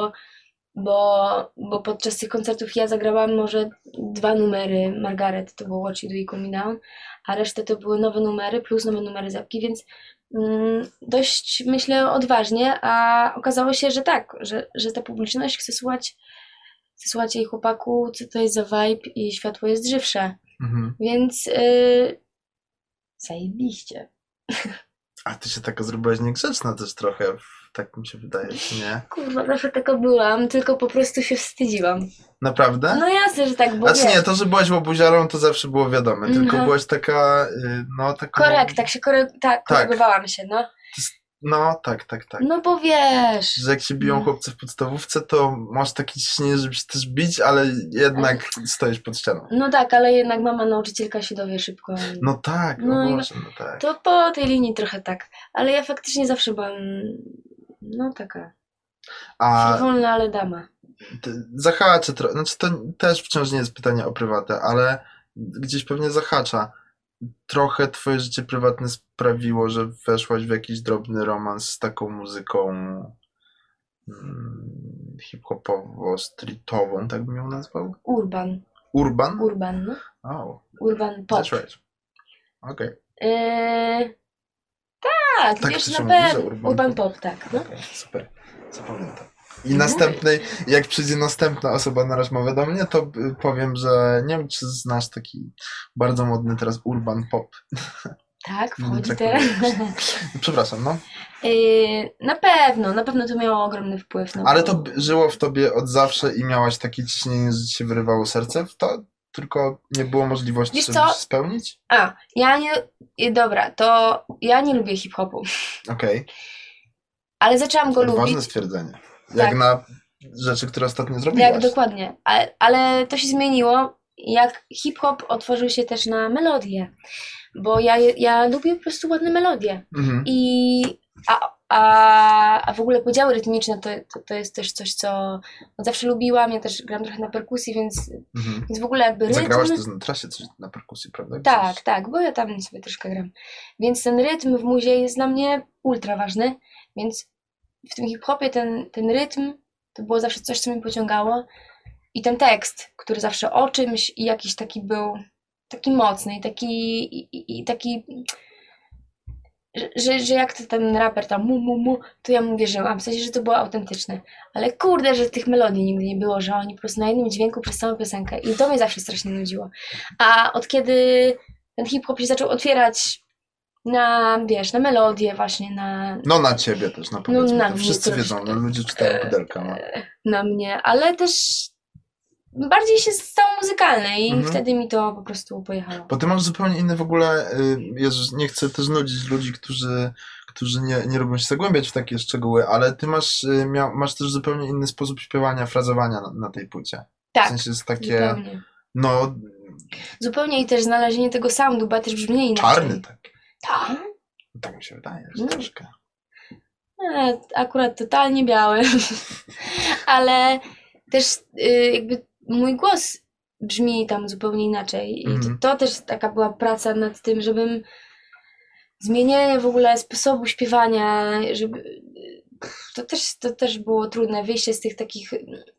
bo podczas tych koncertów ja zagrałam może 2 numery Margaret, to było What You Do You Cool Me Down, a resztę to były nowe numery plus nowe numery Zapki, więc dość myślę odważnie, a okazało się, że tak, że ta publiczność chce słuchać jej chłopaku, co to jest za vibe i światło jest żywsze, więc zajebiście. A ty się taka zrobiłaś niegrzeczna też trochę, tak mi się wydaje, czy nie? Kurwa, zawsze taka byłam, tylko po prostu się wstydziłam. Naprawdę? No jasne, że tak, bo Znaczy nie, to, że byłaś łobuziarą, to zawsze było wiadome, tylko byłaś taka, no taka... korygowałam się, no. No, tak. No bo wiesz... Że jak się biją chłopcy w podstawówce, to masz takie ciśnienie, żeby się też bić, ale jednak stoisz pod ścianą. No tak, ale jednak mama nauczycielka się dowie szybko. No tak, no Boże, no tak. To po tej linii trochę tak, ale ja faktycznie zawsze byłam, no taka, wolna, ale dama. Zahaczę trochę, znaczy to też wciąż nie jest pytanie o prywatę, ale gdzieś pewnie zahacza. Trochę twoje życie prywatne sprawiło, że weszłaś w jakiś drobny romans z taką muzyką hip-hopowo-streetową, tak bym ją nazwał? Urban, no. Oh. Urban pop. That's right. Okej. Tak, wiesz, na pewno. Urban pop, tak. No. Okay, super, zapamiętam. I jak przyjdzie następna osoba na rozmowę do mnie, to powiem, że nie wiem, czy znasz taki bardzo modny teraz urban pop. Tak, wchodzi teraz. Przepraszam, no. Na pewno to miało ogromny wpływ. No, ale to żyło w tobie od zawsze i miałaś takie ciśnienie, że ci się wyrywało serce w to? Tylko nie było możliwości, żeby się spełnić? Dobra, to ja nie lubię hip-hopu. Okej. Ale zaczęłam go lubić. Ważne stwierdzenie. Jak na rzeczy, które ostatnio zrobiłaś. Jak dokładnie. Ale to się zmieniło, jak hip-hop otworzył się też na melodię. Bo ja lubię po prostu ładne melodie. A w ogóle podziały rytmiczne to jest też coś, co zawsze lubiłam. Ja też gram trochę na perkusji, więc w ogóle jakby rytm... Zagrałaś też na trasie coś na perkusji, prawda? Tak, bo ja tam sobie troszkę gram. Więc ten rytm w muzie jest dla mnie ultra ważny, więc w tym hip-hopie ten rytm to było zawsze coś, co mnie pociągało. I ten tekst, który zawsze o czymś i jakiś taki był taki mocny i taki... Że jak to ten raper tam mu, to ja mu wierzyłam, w sensie, że to było autentyczne. Ale kurde, że tych melodii nigdy nie było, że oni po prostu na jednym dźwięku przez całą piosenkę i to mnie zawsze strasznie nudziło. A od kiedy ten hip-hop się zaczął otwierać na melodię właśnie, No na ciebie też, no powiedzmy. Na to wszyscy wiedzą, no ludzie czytają pudelka. No. Na mnie, ale też bardziej się stało muzykalne i Mhm. wtedy mi to po prostu pojechało. Bo ty masz zupełnie inny w ogóle, Jezus, nie chcę też nudzić ludzi, którzy nie lubią się zagłębiać w takie szczegóły, ale ty masz też zupełnie inny sposób śpiewania, frazowania na tej płycie. W Tak, sensie jest takie, zupełnie. no, Zupełnie i też znalezienie tego soundu, bo też brzmi inaczej. czarny tak. Tak. Tak mi się wydaje, że No. troszkę. Akurat totalnie biały. Ale też jakby mój głos brzmi tam zupełnie inaczej. I Mhm. to też taka była praca nad tym, żebym zmienienie w ogóle sposobu śpiewania, żeby to też było trudne, wyjście z tych takich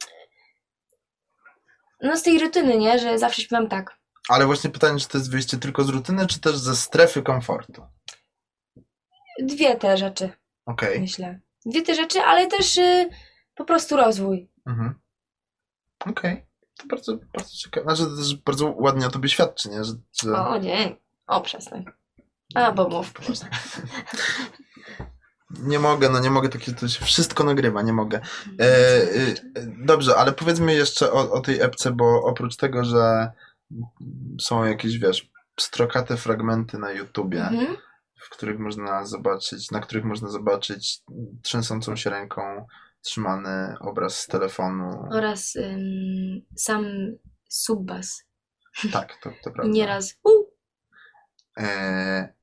no z tej rutyny, nie? Że zawsze śpiewam tak. Ale właśnie pytanie, czy to jest wyjście tylko z rutyny, czy też ze strefy komfortu? Dwie te rzeczy, Okej. myślę. Dwie te rzeczy, ale też po prostu rozwój. Mhm. Okej. To bardzo, bardzo ciekawe. Znaczy, to też bardzo ładnie o tobie świadczy, nie? Że... O nie, o przestań. A, bo mów. Nie mogę, nie mogę, to się wszystko nagrywa, nie mogę. Dobrze, ale powiedzmy jeszcze o tej epce, bo oprócz tego, że są jakieś, wiesz, pstrokate fragmenty na YouTubie, Mhm. na których można zobaczyć trzęsącą się ręką trzymany obraz z telefonu. Oraz sam subbas. Tak, to I prawda. nieraz E,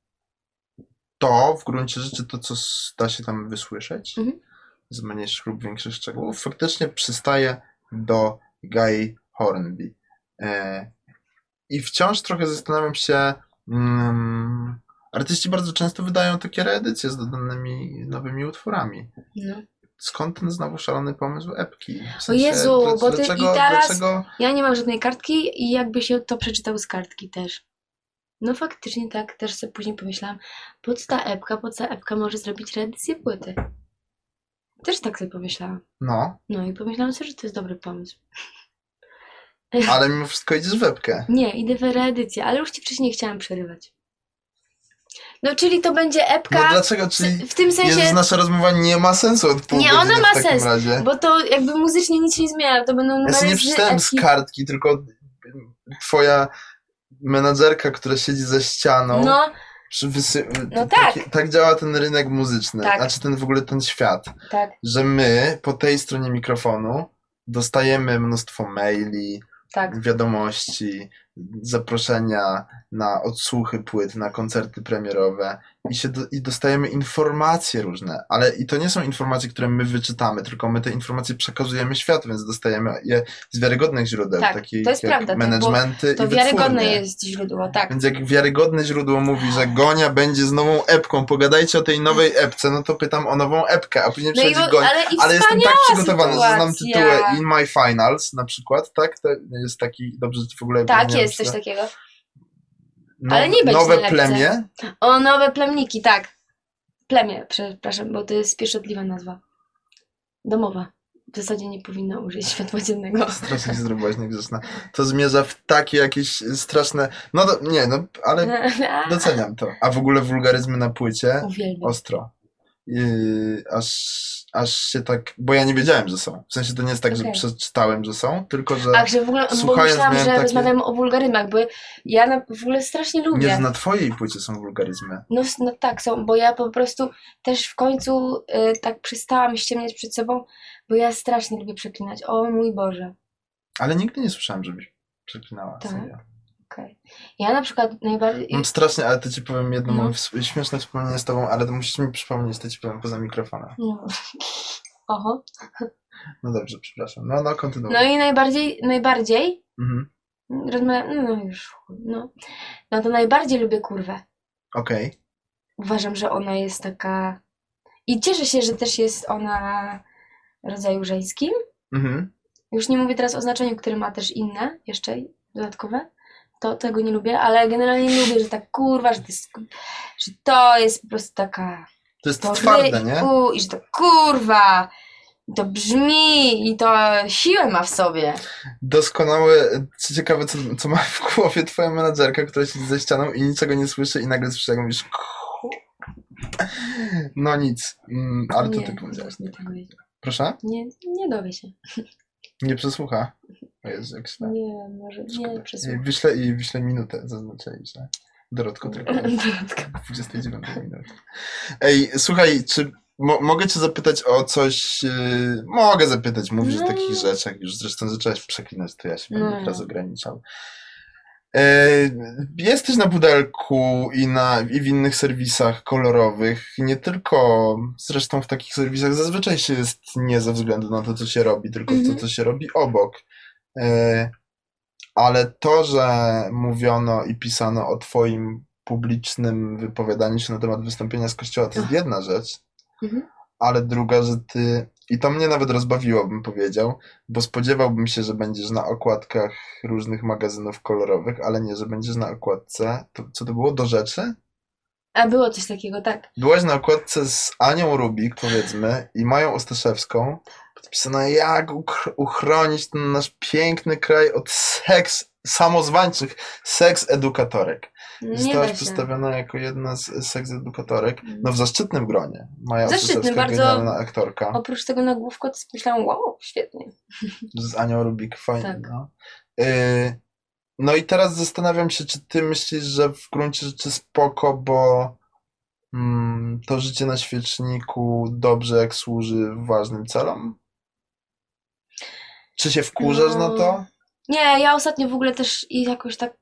To w gruncie rzeczy to, co da się tam wysłyszeć, Mhm. z mniejszych lub większych szczegółów, faktycznie przystaje do Guy Hornby. I wciąż trochę zastanawiam się, artyści bardzo często wydają takie reedycje z dodanymi nowymi utworami. no. Skąd ten znowu szalony pomysł epki? W O Jezu, bo ty dlaczego, i teraz dlaczego... ja nie mam żadnej kartki i jakby się to przeczytał z kartki też. No faktycznie tak, też sobie później pomyślałam, po co ta epka może zrobić reedycję płyty? Też tak sobie pomyślałam. No, No i pomyślałam sobie, że to jest dobry pomysł. ale mimo wszystko idziesz w epkę. Nie, idę w reedycję, ale już ci wcześniej chciałam przerywać. No czyli to będzie epka No dlaczego? Czyli w tym sensie, Jezus, nasza rozmowa nie ma sensu od pół Nie, godziny ona ma w takim sens, razie. bo to jakby muzycznie nic się nie zmienia, to będą Ja numery sobie nie z przeczytałem z epki. kartki, tylko twoja menadżerka, która siedzi za ścianą, No, No tak działa ten rynek muzyczny, Tak. znaczy w ogóle ten świat, tak, że my po tej stronie mikrofonu dostajemy mnóstwo maili, tak. wiadomości, zaproszenia na odsłuchy płyt, na koncerty premierowe i dostajemy informacje różne, ale i to nie są informacje, które my wyczytamy, tylko my te informacje przekazujemy światu, więc dostajemy je z wiarygodnych źródeł, Tak, takich to jest jak prawda, tak, managementy To i wiarygodne wytwórnie. jest źródło, tak. Więc jak wiarygodne źródło mówi, że Gonia będzie z nową epką, pogadajcie o tej nowej epce, no to pytam o nową epkę, a później No i, przychodzi Gonia. ale jestem tak przygotowany, że znam sytuacja. tytuły In My Finals na przykład, tak? To jest taki, dobrze w ogóle... Tak, powinienem jest coś przeczytać. takiego. Ale nie będzie Nowe na lepce. plemię? O, nowe plemniki, tak. Plemię, przepraszam, bo to jest pieszczotliwa nazwa. Domowa. W zasadzie nie powinno użyć światła dziennego. Strasznie się zrobiłaś niegrzeczna. To zmierza w takie jakieś straszne... ale doceniam to. A w ogóle wulgaryzmy na płycie? Uwielbiam. Ostro. Aż się tak... Bo ja nie wiedziałem, że są. W sensie to nie jest tak, że Okej. przeczytałem, że są, tylko że... A, że w ogóle, bo słuchając myślałam, miałem że takie- rozmawiamy o wulgarymach, bo ja w ogóle strasznie lubię. Nie, że na twojej płycie są wulgaryzmy. No tak są, bo ja po prostu też w końcu tak przestałam ściemniać przed sobą, bo ja strasznie lubię przeklinać. O mój Boże. Ale nigdy nie słyszałem, żebyś przeklinała. Tak. Serio. Okej. Ja na przykład najbardziej... Mam strasznie, ale to ci powiem jedno, No. mam śmieszne wspomnienie z tobą, ale to musisz mi przypomnieć, to ci powiem poza mikrofonem. No. Oho. No dobrze, przepraszam. No, kontynuuj. No i najbardziej Mhm. rozmawiam, no już, no to najbardziej lubię kurwę. Okej. Uważam, że ona jest taka... I cieszę się, że też jest ona rodzaju żeńskim. Mhm. Już nie mówię teraz o znaczeniu, które ma też inne, jeszcze dodatkowe. To tego nie lubię, ale generalnie nie lubię, że tak kurwa, że to jest po prostu taka... To jest To twarde, nie? I że to kurwa, i to brzmi, i to siłę ma w sobie. Doskonałe, ciekawe, co ma w głowie twoja menadżerka, która siedzi za ścianą i niczego nie słyszy i nagle słyszy, jak mówisz no nic. Ale to Nie, ty powiedziałeś. nie tego jest. Proszę? Nie dowie się. Nie przesłucha. O Jezu, jak źle. Nie, może nie przesłuchaj. Wyślę minutę, zaznaczaj, że Dorotko tylko o 29 minuty. Ej, słuchaj, czy mogę cię zapytać o coś? Mogę zapytać, mówisz o takich rzeczach, już zresztą zaczęłaś przeklinać, to ja się będę teraz ograniczał. Jesteś na Pudelku i w innych serwisach kolorowych, nie tylko, zresztą w takich serwisach zazwyczaj się jest nie ze względu na to, co się robi, tylko to, co się robi obok. Ale to, że mówiono i pisano o twoim publicznym wypowiadaniu się na temat wystąpienia z kościoła, to jest jedna rzecz, ale druga, że ty, i to mnie nawet rozbawiło, bym powiedział, bo spodziewałbym się, że będziesz na okładkach różnych magazynów kolorowych, ale nie, że będziesz na okładce, co to było, Do Rzeczy? A było coś takiego, tak. Byłaś na okładce z Anią Rubik, powiedzmy, i Mają Ostaszewską, podpisane jak uchronić ten nasz piękny kraj od samozwańczych seks-edukatorek. Nie Zostałaś da się. przedstawiona jako jedna z seks-edukatorek, no w zaszczytnym gronie. Maja Zaszczytnym, Ostaszewska, bardzo. genialna aktorka. Oprócz tego nagłówka to myślałam, wow, świetnie. Z Anią Rubik, fajnie. Tak. No. No i teraz zastanawiam się, czy ty myślisz, że w gruncie rzeczy spoko, bo to życie na świeczniku dobrze jak służy ważnym celom? Czy się wkurzasz na to? Nie, ja ostatnio w ogóle też i jakoś tak...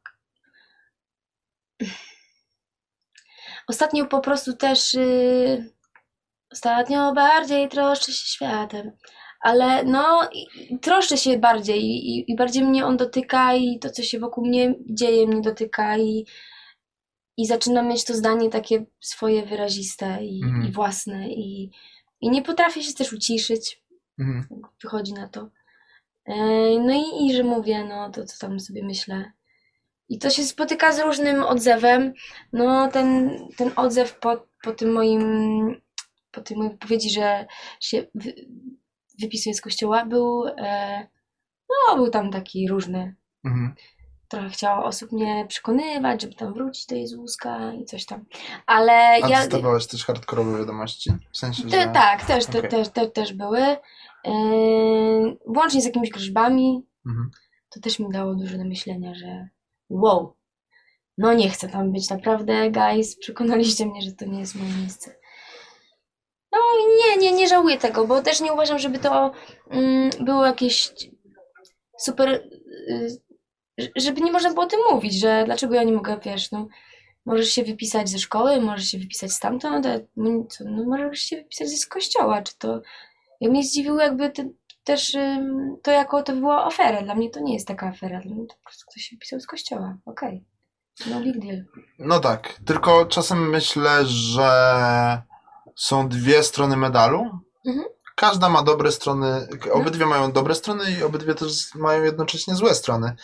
Ostatnio po prostu też... Ostatnio bardziej troszczę się światem. Ale no, troszczę się bardziej i bardziej mnie on dotyka i to, co się wokół mnie dzieje, mnie dotyka i zaczynam mieć to zdanie takie swoje wyraziste i własne i nie potrafię się też uciszyć. Wychodzi na to. No i że mówię, no to co tam sobie myślę. I to się spotyka z różnym odzewem. No ten odzew po tym moim wypowiedzi, że się wypisuję z kościoła, był tam taki różny. Trochę chciało osób mnie przekonywać, żeby tam wrócić do Jezuska i coś tam. Ale A ja... dostawałaś też hardkorowe wiadomości? W sensie, że... Tak, też, Okej. też były. Włącznie z jakimiś groźbami. To też mi dało dużo do myślenia, że wow, no nie chcę tam być naprawdę, guys, przekonaliście mnie, że to nie jest moje miejsce. No i nie żałuję tego, bo też nie uważam, żeby to było jakieś super, żeby nie można było o tym mówić, że dlaczego ja nie mogę, wiesz, no możesz się wypisać ze szkoły, możesz się wypisać stamtąd, no możesz się wypisać z kościoła, czy to... Ja mnie zdziwiło jakby też to, jako to była afera. Dla mnie to nie jest taka afera, dla mnie to po prostu ktoś się wypisał z kościoła, okej. No big deal. No tak, tylko czasem myślę, że są dwie strony medalu. Każda ma dobre strony, obydwie mają dobre strony i obydwie też mają jednocześnie złe strony.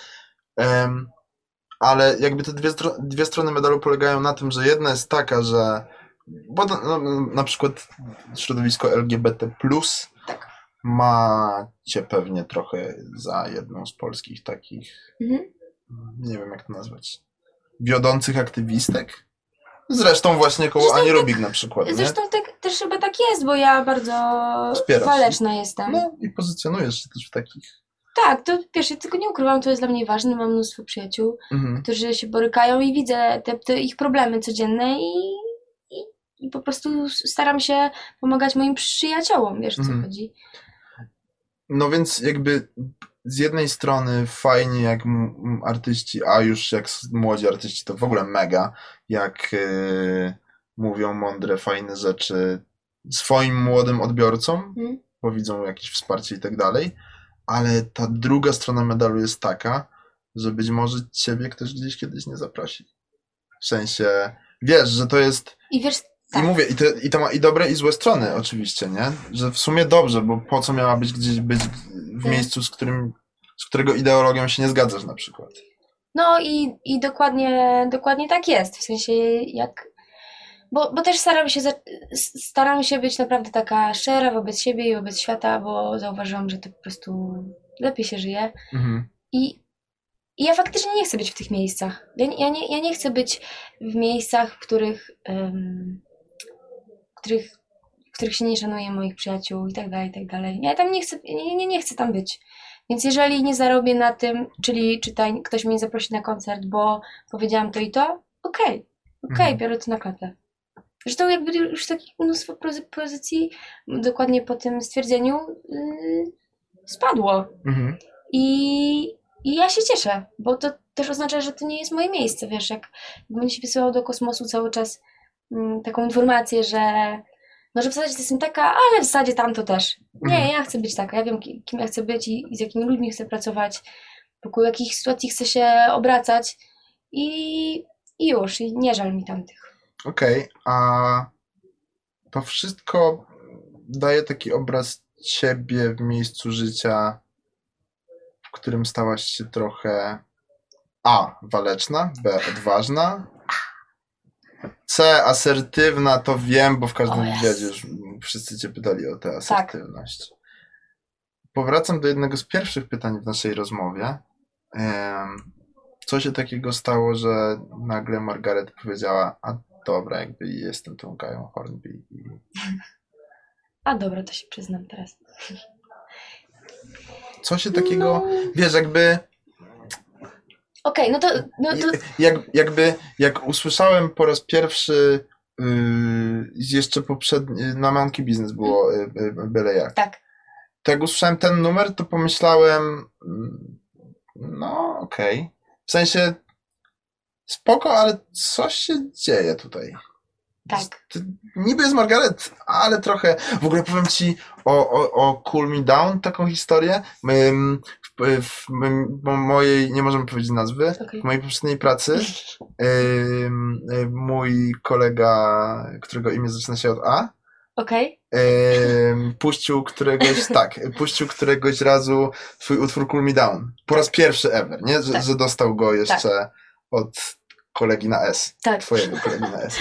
Ale jakby te dwie strony medalu polegają na tym, że jedna jest taka, że bo na przykład środowisko LGBT+, macie pewnie trochę za jedną z polskich takich, nie wiem jak to nazwać, wiodących aktywistek. Zresztą właśnie koło Ani Rubik na przykład, nie? Zresztą też chyba tak jest, bo ja bardzo waleczna jestem. No i pozycjonujesz się też w takich. Tak, to wiesz, ja tego nie ukrywam, to jest dla mnie ważne, mam mnóstwo przyjaciół, którzy się borykają i widzę te ich problemy codzienne i po prostu staram się pomagać moim przyjaciołom, wiesz o co chodzi. No więc jakby z jednej strony fajnie jak artyści, a już jak młodzi artyści to w ogóle mega, jak mówią mądre, fajne rzeczy swoim młodym odbiorcom, bo widzą jakieś wsparcie i tak dalej, ale ta druga strona medalu jest taka, że być może ciebie ktoś gdzieś kiedyś nie zaprosi. W sensie, wiesz, że to jest... I wiesz... Tak. I mówię, i to ma i dobre, i złe strony oczywiście, nie? Że w sumie dobrze, bo po co miałabyś gdzieś być w miejscu, z którego ideologią się nie zgadzasz na przykład. No i dokładnie tak jest. W sensie jak... Bo też staram się być naprawdę taka szczera wobec siebie i wobec świata, bo zauważyłam, że to po prostu lepiej się żyje. I ja faktycznie nie chcę być w tych miejscach. Ja nie chcę być w miejscach, w których się nie szanuje moich przyjaciół i tak dalej, i tak dalej. Ja tam nie chcę tam być. Więc jeżeli nie zarobię na tym, czyli czytaj, ktoś mnie zaprosi na koncert, bo powiedziałam to i to, okej, biorę to na klatę. Zresztą jakby już takich mnóstwo pozycji dokładnie po tym stwierdzeniu spadło. I ja się cieszę, bo to też oznacza, że to nie jest moje miejsce, wiesz, jak będzie się wysyłał do kosmosu cały czas taką informację, że no, że w zasadzie to jestem taka, ale w zasadzie tamto też. Nie, ja chcę być taka, ja wiem kim ja chcę być i z jakimi ludźmi chcę pracować, wokół jakich sytuacji chcę się obracać i już, i nie żal mi tamtych. Okej, a to wszystko daje taki obraz ciebie w miejscu życia, w którym stałaś się trochę A. waleczna, B. odważna, C. asertywna, to wiem, bo w każdym wywiadzie już wszyscy cię pytali o tę asertywność. Powracam do jednego z pierwszych pytań w naszej rozmowie. Co się takiego stało, że nagle Margaret powiedziała, a dobra, jakby jestem tą Gają Hornby. A dobra, to się przyznam teraz. Co się takiego, wiesz, jakby... Okej, no to... Jak usłyszałem po raz pierwszy jeszcze poprzedni, na Monkey Business było byle jak. Tak. To jak usłyszałem ten numer, to pomyślałem, no okej. W sensie spoko, ale co się dzieje tutaj? Tak. Niby jest Margaret, ale trochę... W ogóle powiem ci o Cool Me Down taką historię. W mojej, nie możemy powiedzieć nazwy, w mojej poprzedniej pracy mój kolega, którego imię zaczyna się od A, puścił któregoś razu twój utwór Cool Me Down. Po raz pierwszy ever, nie? Że dostał go jeszcze od kolegi na S. Twojego kolegi na S.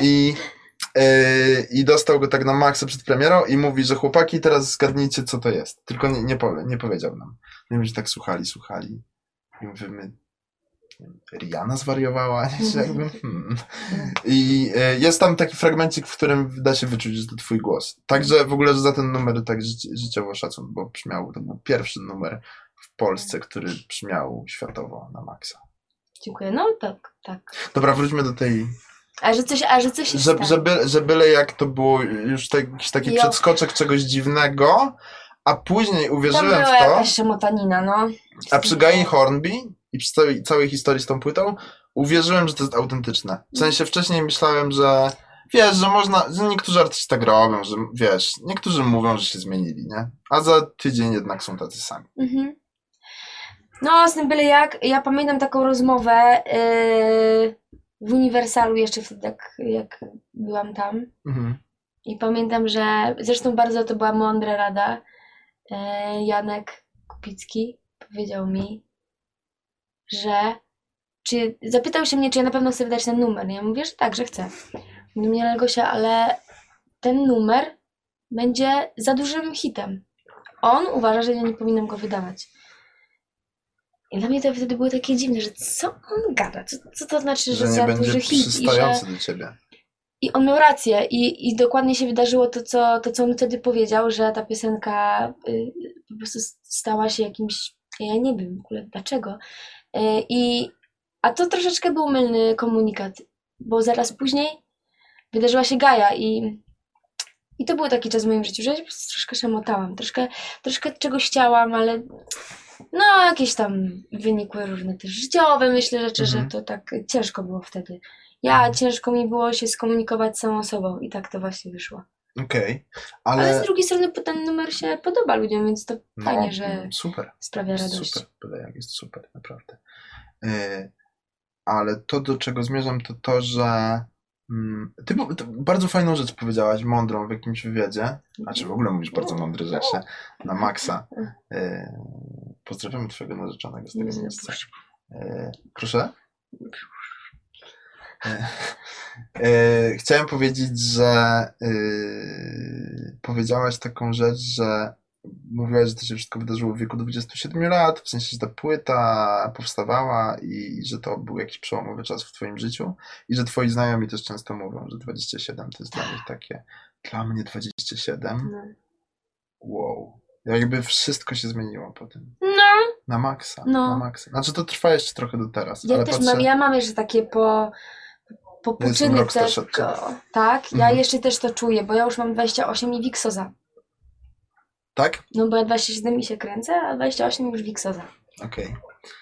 I dostał go tak na maksa przed premierą i mówi, że chłopaki, teraz zgadnijcie, co to jest. Tylko nie powiedział nam. No i my, że tak słuchali. I mówimy, Rihanna zwariowała? I jest tam taki fragmencik, w którym da się wyczuć, że to twój głos. Także w ogóle za ten numer tak życiowo szacun, bo to był pierwszy numer w Polsce, który brzmiał światowo na maksa. Dziękuję. No tak. Dobra, wróćmy do tej... A że coś że byle jak to było już jakiś taki przedskoczek czegoś dziwnego, a później uwierzyłem w to... jakaś szamotanina, no. A przy Gai Hornby i przy całej historii z tą płytą uwierzyłem, że to jest autentyczne. W sensie wcześniej myślałem, że wiesz, że niektórzy artyści tak robią, że wiesz, niektórzy mówią, że się zmienili, nie? A za tydzień jednak są tacy sami. No, z tym byle jak, ja pamiętam taką rozmowę w Uniwersalu jeszcze wtedy, jak byłam tam. I pamiętam, że zresztą bardzo to była mądra rada. Janek Kupicki powiedział mi, że zapytał się mnie, czy ja na pewno chcę wydać ten numer. Ja mówię, że tak, że chcę. Mówi mnie, ale Gosia, ale ten numer będzie za dużym hitem. On uważa, że ja nie powinnam go wydawać. I dla mnie to wtedy było takie dziwne, że co on gada? Co to znaczy, że za duży hit? Przystający do ciebie. I on miał rację i dokładnie się wydarzyło to, co on wtedy powiedział, że ta piosenka po prostu stała się jakimś, ja nie wiem w ogóle dlaczego. A to troszeczkę był mylny komunikat, bo zaraz później wydarzyła się Gaja i to był taki czas w moim życiu, że ja się po prostu troszkę szamotałam, troszkę czegoś chciałam, ale no jakieś tam wynikły różne też życiowe, myślę, rzeczy, że to tak ciężko było wtedy. Ciężko mi było się skomunikować z samą sobą i tak to właśnie wyszło. Okej, ale z drugiej strony ten numer się podoba ludziom, więc to fajnie, że sprawia radość. Super, byle jak jest super, naprawdę. Ale to, do czego zmierzam, to że ty bardzo fajną rzecz powiedziałaś, mądrą w jakimś wywiadzie. Znaczy w ogóle mówisz bardzo mądre rzeczy na maksa. Pozdrawiamy twojego narzeczonego z tego miejsca. Proszę? Chciałem powiedzieć, że powiedziałaś taką rzecz, że mówiłaś, że to się wszystko wydarzyło w wieku 27 lat, w sensie, że ta płyta powstawała i że to był jakiś przełomowy czas w twoim życiu i że twoi znajomi też często mówią, że 27 to jest dla nich takie, dla mnie 27? Wow. Jakby wszystko się zmieniło po tym. No Na maksa, No. na maksa. Znaczy to trwa jeszcze trochę do teraz, Ja ale też patrzę, ja mam jeszcze takie popuczyny rockstar tego. szepcze. Tak, ja Mhm. jeszcze też to czuję, bo ja już mam 28 i Wiksoza. Tak? No bo ja 27 i się kręcę, a 28 już Wiksoza. Okej.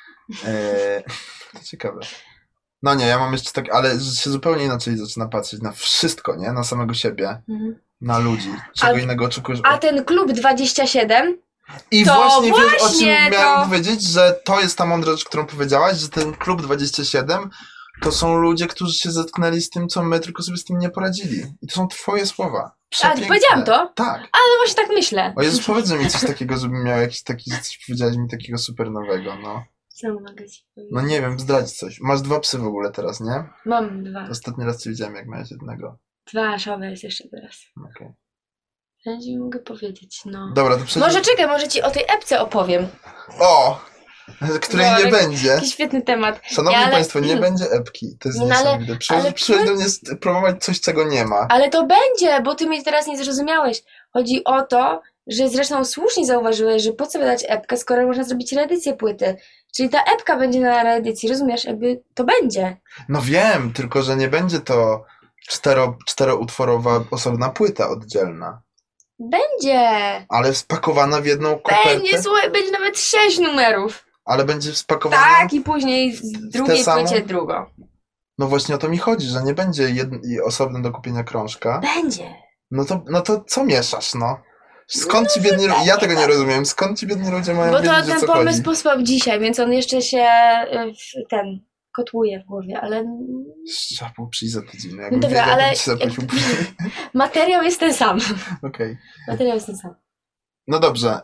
To ciekawe. No nie, ja mam jeszcze tak, ale się zupełnie inaczej zaczyna patrzeć na wszystko, nie? Na samego siebie, Mhm. na ludzi. Czego A- innego oczekujesz A ten klub 27? I to właśnie wiesz, o czym właśnie miałem to- powiedzieć, że to jest ta mądra rzecz, którą powiedziałaś, że ten klub 27 to są ludzie, którzy się zetknęli z tym, co my, tylko sobie z tym nie poradzili. I to są twoje słowa. Przepiękne. powiedziałam to? Tak. No właśnie tak myślę. O Jezus, powiedz mi coś takiego, żebym miał jakiś taki, coś powiedziałeś mi takiego super nowego, no. Co mogę ci powiedzieć? No nie wiem, zdradź coś. Masz 2 psy w ogóle teraz, nie? Mam 2. Ostatni raz cię widziałem, jak miałeś jednego. 2 szowe jest jeszcze teraz. Okej. Ja ci mogę powiedzieć, no. Dobra, to przecież... Może czekaj, może ci o tej epce opowiem. O! Której No, nie ale będzie. Jaki świetny temat. Szanowni ale- Państwo, nie będzie epki. To jest No, ale- niesamowite. ale Przyszedł do mnie promować coś, czego nie ma. Ale to będzie, bo ty mnie teraz nie zrozumiałeś. Chodzi o to, że zresztą słusznie zauważyłeś, że po co wydać epkę, skoro można zrobić reedycję płyty. Czyli ta epka będzie na reedycji, rozumiesz? Jakby to będzie. No wiem, tylko że nie będzie to czteroutworowa osobna płyta oddzielna, Będzie! ale spakowana w jedną kopertę. Będzie, słuchaj, będzie nawet 6 numerów. Ale będzie spakowana... Tak, i później w drugiej samą? płycie drugą. No właśnie o to mi chodzi, że nie będzie osobny do kupienia krążka. Będzie. No to co mieszasz, no? Skąd ci biedni ludzie... Ja tego nie rozumiem. Skąd ci biedni ludzie mają Bo to wiedzieć, o ten co pomysł chodzi? posłał dzisiaj, więc on jeszcze się kotłuje w głowie, ale Trzeba było przyjść za tydzień. No, jakbym dobra, wiedział, ale to ci zaprosił później. materiał jest ten sam. Okej. Materiał jest ten sam. No dobrze,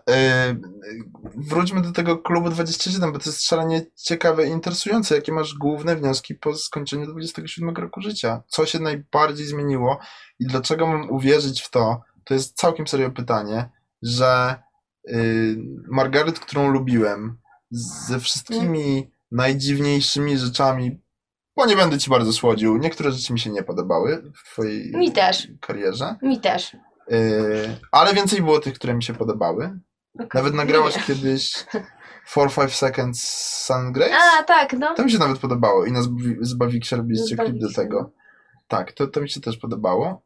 wróćmy do tego klubu 27, bo to jest szalenie ciekawe i interesujące. Jakie masz główne wnioski po skończeniu 27 roku życia? Co się najbardziej zmieniło i dlaczego mam uwierzyć w to? To jest całkiem serio pytanie, że Margaret, którą lubiłem, ze wszystkimi najdziwniejszymi rzeczami, bo nie będę ci bardzo słodził, niektóre rzeczy mi się nie podobały w twojej Mi też. karierze. Mi też. Ale więcej było tych, które mi się podobały. Okay. Nawet nagrałaś kiedyś 4-5 Seconds Sun Grace. A, tak, no. To mi się nawet podobało. I z Bawiksia robiliście Z klip do Bawiksia. tego. Tak, to mi się też podobało.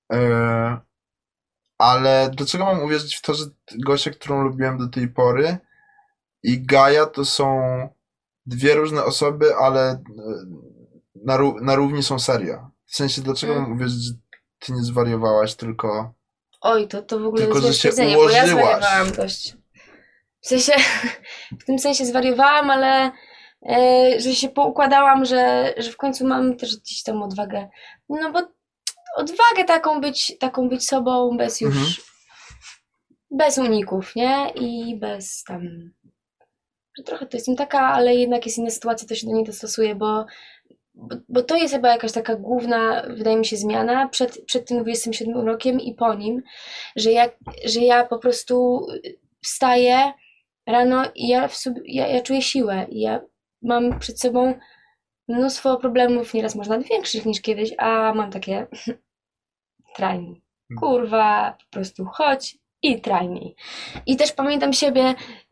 Ale dlaczego mam uwierzyć w to, że Gosia, którą lubiłem do tej pory, i Gaja to są 2 różne osoby, ale na równi są serio. W sensie, dlaczego mam uwierzyć, że ty nie zwariowałaś, tylko... Oj, to w ogóle Tylko, jest że się stwierdzenie, bo ja ułożyłaś. zwariowałam dość. W sensie, w tym sensie zwariowałam, ale że się poukładałam, że w końcu mam też gdzieś tam odwagę. No bo odwagę taką być sobą bez już, Mhm. bez uników, nie? I bez tam, że trochę to jestem taka, ale jednak jest inna sytuacja, to się do niej dostosuję, bo to jest chyba jakaś taka główna, wydaje mi się, zmiana przed tym 27 rokiem i po nim, że ja po prostu wstaję rano i ja czuję siłę i ja mam przed sobą mnóstwo problemów, nieraz można większych niż kiedyś, a mam takie trajnij. Kurwa, po prostu chodź i trajnij. I też pamiętam siebie,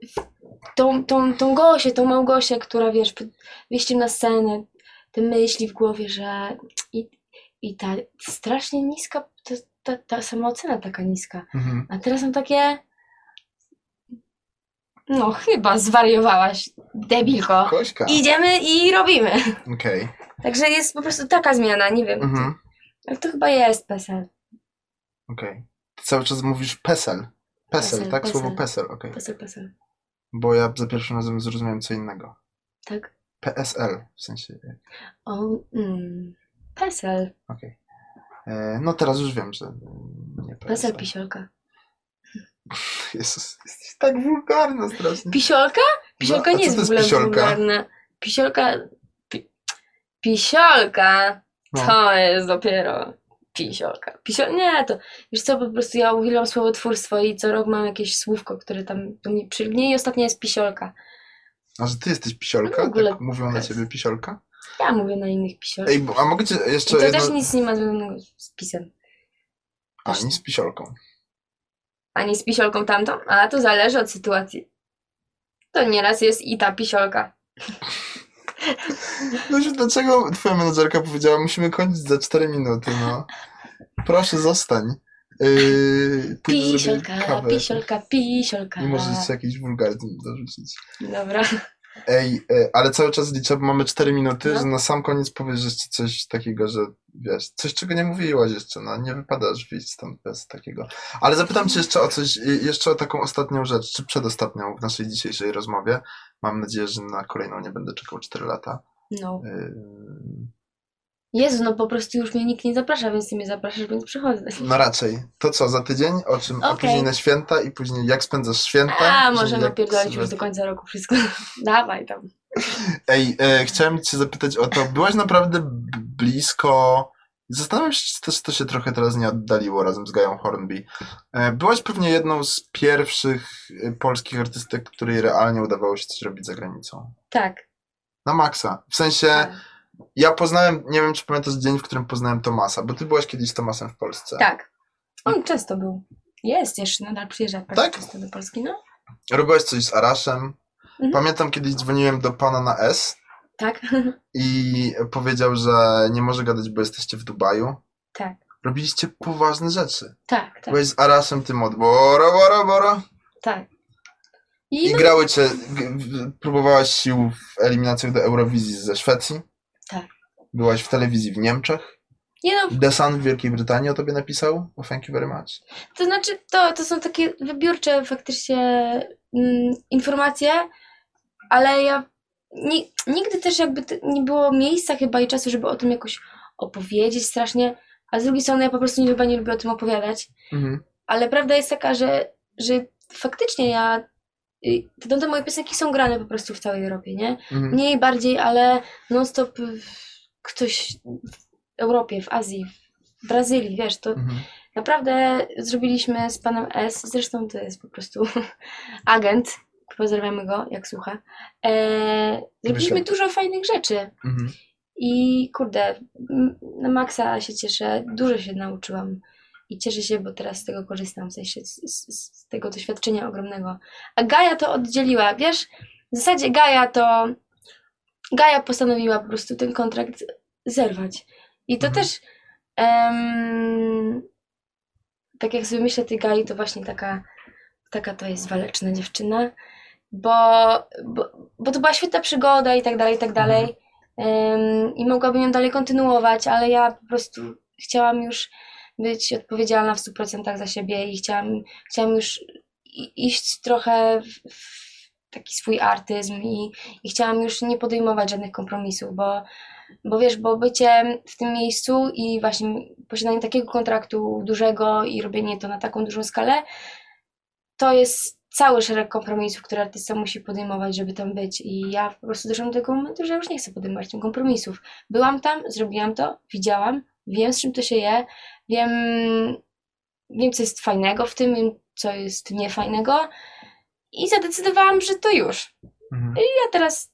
tą Gosię, tą Małgosię, która wiesz, przed wyjściem na scenę, te myśli w głowie, że i ta strasznie niska, ta samoocena taka niska. Mhm. A teraz mam takie, no chyba zwariowałaś, debilko. Kośka. Idziemy i robimy. Okej. Także jest po prostu taka zmiana, nie wiem. Mhm. Ale to chyba jest PESEL. Okej. Ty cały czas mówisz PESEL. PESEL, PESEL, tak? PESEL. Słowo PESEL, okej. PESEL. Bo ja za pierwszym razem zrozumiałem co innego. Tak? PSL, w sensie... O, PESEL. Okej. No teraz już wiem, że nie PSL. PESEL pisiolka. Jezus, jesteś tak wulgarna strasznie. Pisiolka? Pisiolka No, a nie co jest to w ogóle jest pisiolka? wulgarna. Pisiolka... Pisiolka No. to jest dopiero pisiolka. Nie, to wiesz co, po prostu ja uwielbiam słowotwórstwo i co rok mam jakieś słówko, które tam do mnie przylgnie i ostatnia jest pisiolka. A że ty jesteś pisiolka? No w ogóle Tak mówią na jest. ciebie pisiolka? Ja mówię na innych pisiolkach. Ej, a mogę cię I jeszcze to jedno... też nic nie ma związanego z pisem. Ani z pisiolką. Ani z pisiolką tamtą? A to zależy od sytuacji. to nieraz jest i ta pisiolka. No już dlaczego twoja menadżerka powiedziała, musimy kończyć za 4 minuty, no. Proszę, zostań. Pójdę zrobić Pisiolka, kawę. pisiolka, pisiolka. I może jeszcze jakiś wulgaryzm dorzucić. Dobra. Ej, ale cały czas liczę, bo mamy 4 minuty, No. że na sam koniec powiesz jeszcze coś takiego, że wiesz, coś czego nie mówiłaś jeszcze, no nie wypadasz wyjść stąd bez takiego. Ale zapytam cię jeszcze o coś, jeszcze o taką ostatnią rzecz, czy przedostatnią w naszej dzisiejszej rozmowie. Mam nadzieję, że na kolejną nie będę czekał 4 lata. No. Yy, Jezu, no po prostu już mnie nikt nie zaprasza, więc ty mnie zapraszasz, więc przychodzę. No raczej. To co, za tydzień? O czym? A Okej. później na święta i później jak spędzasz święta? A, Później możemy jak pierdolić już Sylwester. do końca roku wszystko. Dawaj tam. Ej, chciałem cię zapytać o to, byłaś naprawdę blisko, zastanawiam się, czy też to się trochę teraz nie oddaliło razem z Gają Hornby. Byłaś pewnie jedną z pierwszych polskich artystek, której realnie udawało się coś robić za granicą. Tak. Na maksa. W sensie, Tak. ja poznałem, nie wiem czy pamiętasz dzień, w którym poznałem Tomasa, bo ty byłaś kiedyś z Tomasem w Polsce. Tak. On często był. Jest jeszcze, nadal przyjeżdża bardzo Tak? często do Polski, no. Robiłaś coś z Araszem. Mhm. Pamiętam, kiedyś dzwoniłem do pana na S Tak. i powiedział, że nie może gadać, bo jesteście w Dubaju. Tak. Robiliście poważne rzeczy. Tak, tak, Byłeś z Araszem tym od Boro. tak. I no, grały cię, próbowałaś sił w eliminacjach do Eurowizji ze Szwecji. Tak. Byłaś w telewizji w Niemczech. Nie no, The Sun w Wielkiej Brytanii o tobie napisał. Oh, thank you very much. to znaczy, to są takie wybiórcze faktycznie informacje, ale ja nigdy też jakby nie było miejsca chyba i czasu, żeby o tym jakoś opowiedzieć strasznie, a z drugiej strony ja po prostu chyba nie lubię o tym opowiadać. Mhm. Ale prawda jest taka, że faktycznie te moje piosenki są grane po prostu w całej Europie, nie? Mhm. Mniej, bardziej, ale non-stop ktoś w Europie, w Azji, w Brazylii, wiesz, to Mhm. naprawdę zrobiliśmy z panem S, zresztą to jest po prostu agent, pozdrawiamy go, jak słucha. Zrobiliśmy Wyszedł. dużo fajnych rzeczy Mhm. i kurde, na maksa się cieszę, dużo się nauczyłam. I cieszę się, bo teraz z tego korzystam, w sensie z tego doświadczenia ogromnego. A Gaja to oddzieliła, wiesz? W zasadzie Gaja postanowiła po prostu ten kontrakt zerwać. I to też tak jak sobie myślę tej Gai, to właśnie taka to jest waleczna dziewczyna, bo to była świetna przygoda i tak dalej, i tak dalej. I mogłabym ją dalej kontynuować, ale ja po prostu chciałam już być odpowiedzialna w 100% za siebie i chciałam już iść trochę w taki swój artyzm i chciałam już nie podejmować żadnych kompromisów, bo wiesz, bo bycie w tym miejscu i właśnie posiadanie takiego kontraktu dużego i robienie to na taką dużą skalę, to jest cały szereg kompromisów, które artysta musi podejmować, żeby tam być. I ja po prostu doszłam do tego momentu, że już nie chcę podejmować tych kompromisów. Byłam tam, zrobiłam to, widziałam, wiem z czym to się je, wiem co jest fajnego w tym, wiem co jest niefajnego i zadecydowałam, że to już. Mhm. I ja teraz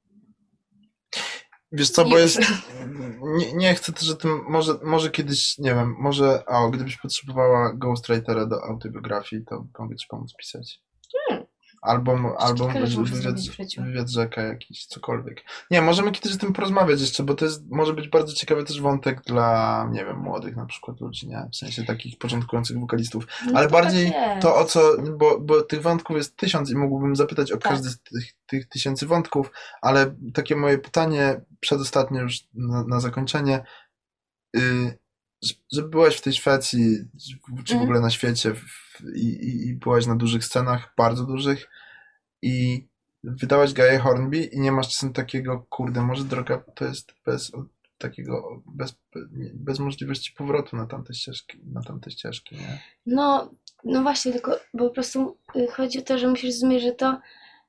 Wiesz co, bo już. jest... Nie chcę też o tym... Może kiedyś, nie wiem, gdybyś potrzebowała ghostwritera do autobiografii, to mogę ci pomóc pisać. Albo kilka rzeczy muszę zrobić w życiu. wywiad rzeka jakiś, cokolwiek. Nie, możemy kiedyś o tym porozmawiać jeszcze, bo to może być bardzo ciekawy też wątek dla, nie wiem, młodych na przykład ludzi, nie? W sensie takich początkujących wokalistów. No Ale to bardziej tak jest. to o co, bo tych wątków jest 1000 i mógłbym zapytać o Tak. każdy z tych 1000 wątków, ale takie moje pytanie przedostatnie już na zakończenie, że byłaś w tej Szwecji, czy w ogóle na świecie i byłaś na dużych scenach, bardzo dużych i wydałaś Gaję Hornby i nie masz czasem takiego, kurde, może droga to jest bez możliwości powrotu na tamte ścieżki, nie? No właśnie, tylko bo po prostu chodzi o to, że musisz zrozumieć, że to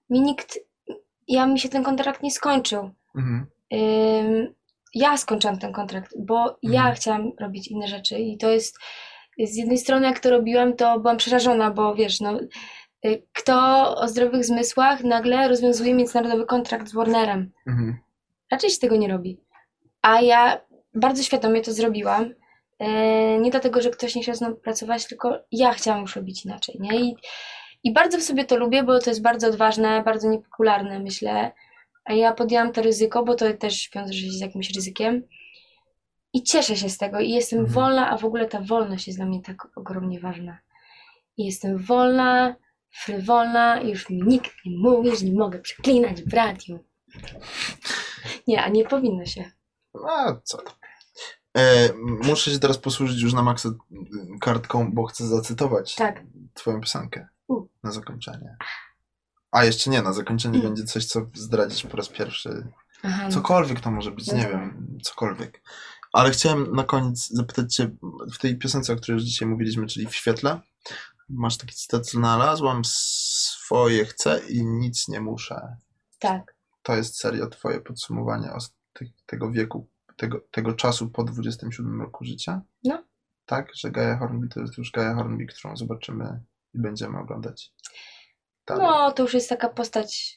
mi się ten kontrakt nie skończył. Mhm. Ja skończyłam ten kontrakt, bo ja chciałam robić inne rzeczy i to jest z jednej strony jak to robiłam, to byłam przerażona, bo wiesz, kto o zdrowych zmysłach nagle rozwiązuje międzynarodowy kontrakt z Warnerem. Mhm. Raczej się tego nie robi. A ja bardzo świadomie to zrobiłam. Nie dlatego, że ktoś nie chciał z mną pracować, tylko ja chciałam już robić inaczej, nie? I bardzo w sobie to lubię, bo to jest bardzo odważne, bardzo niepopularne, myślę. A ja podjęłam to ryzyko, bo to też wiąże się z jakimś ryzykiem. I cieszę się z tego i jestem Mhm. wolna, a w ogóle ta wolność jest dla mnie tak ogromnie ważna. I jestem wolna, frywolna i już mi nikt nie mówi, że nie mogę przeklinać w radiu. Nie, a nie powinno się. A co tam. Muszę się teraz posłużyć już na maksa kartką, bo chcę zacytować Tak. twoją piosenkę na zakończenie. A jeszcze nie, na zakończenie będzie coś, co zdradzisz po raz pierwszy. Aha, no. Cokolwiek to może być, No nie dobra. wiem, cokolwiek. Ale chciałem na koniec zapytać cię, w tej piosence, o której już dzisiaj mówiliśmy, czyli W świetle, masz taki cytat: znalazłam swoje chcę i nic nie muszę. Tak. To jest serio twoje podsumowanie tego wieku, tego czasu po 27 roku życia? No. Tak, że Gaia Hornby to jest już Gaia Hornby, którą zobaczymy i będziemy oglądać. Dalej. No, to już jest taka postać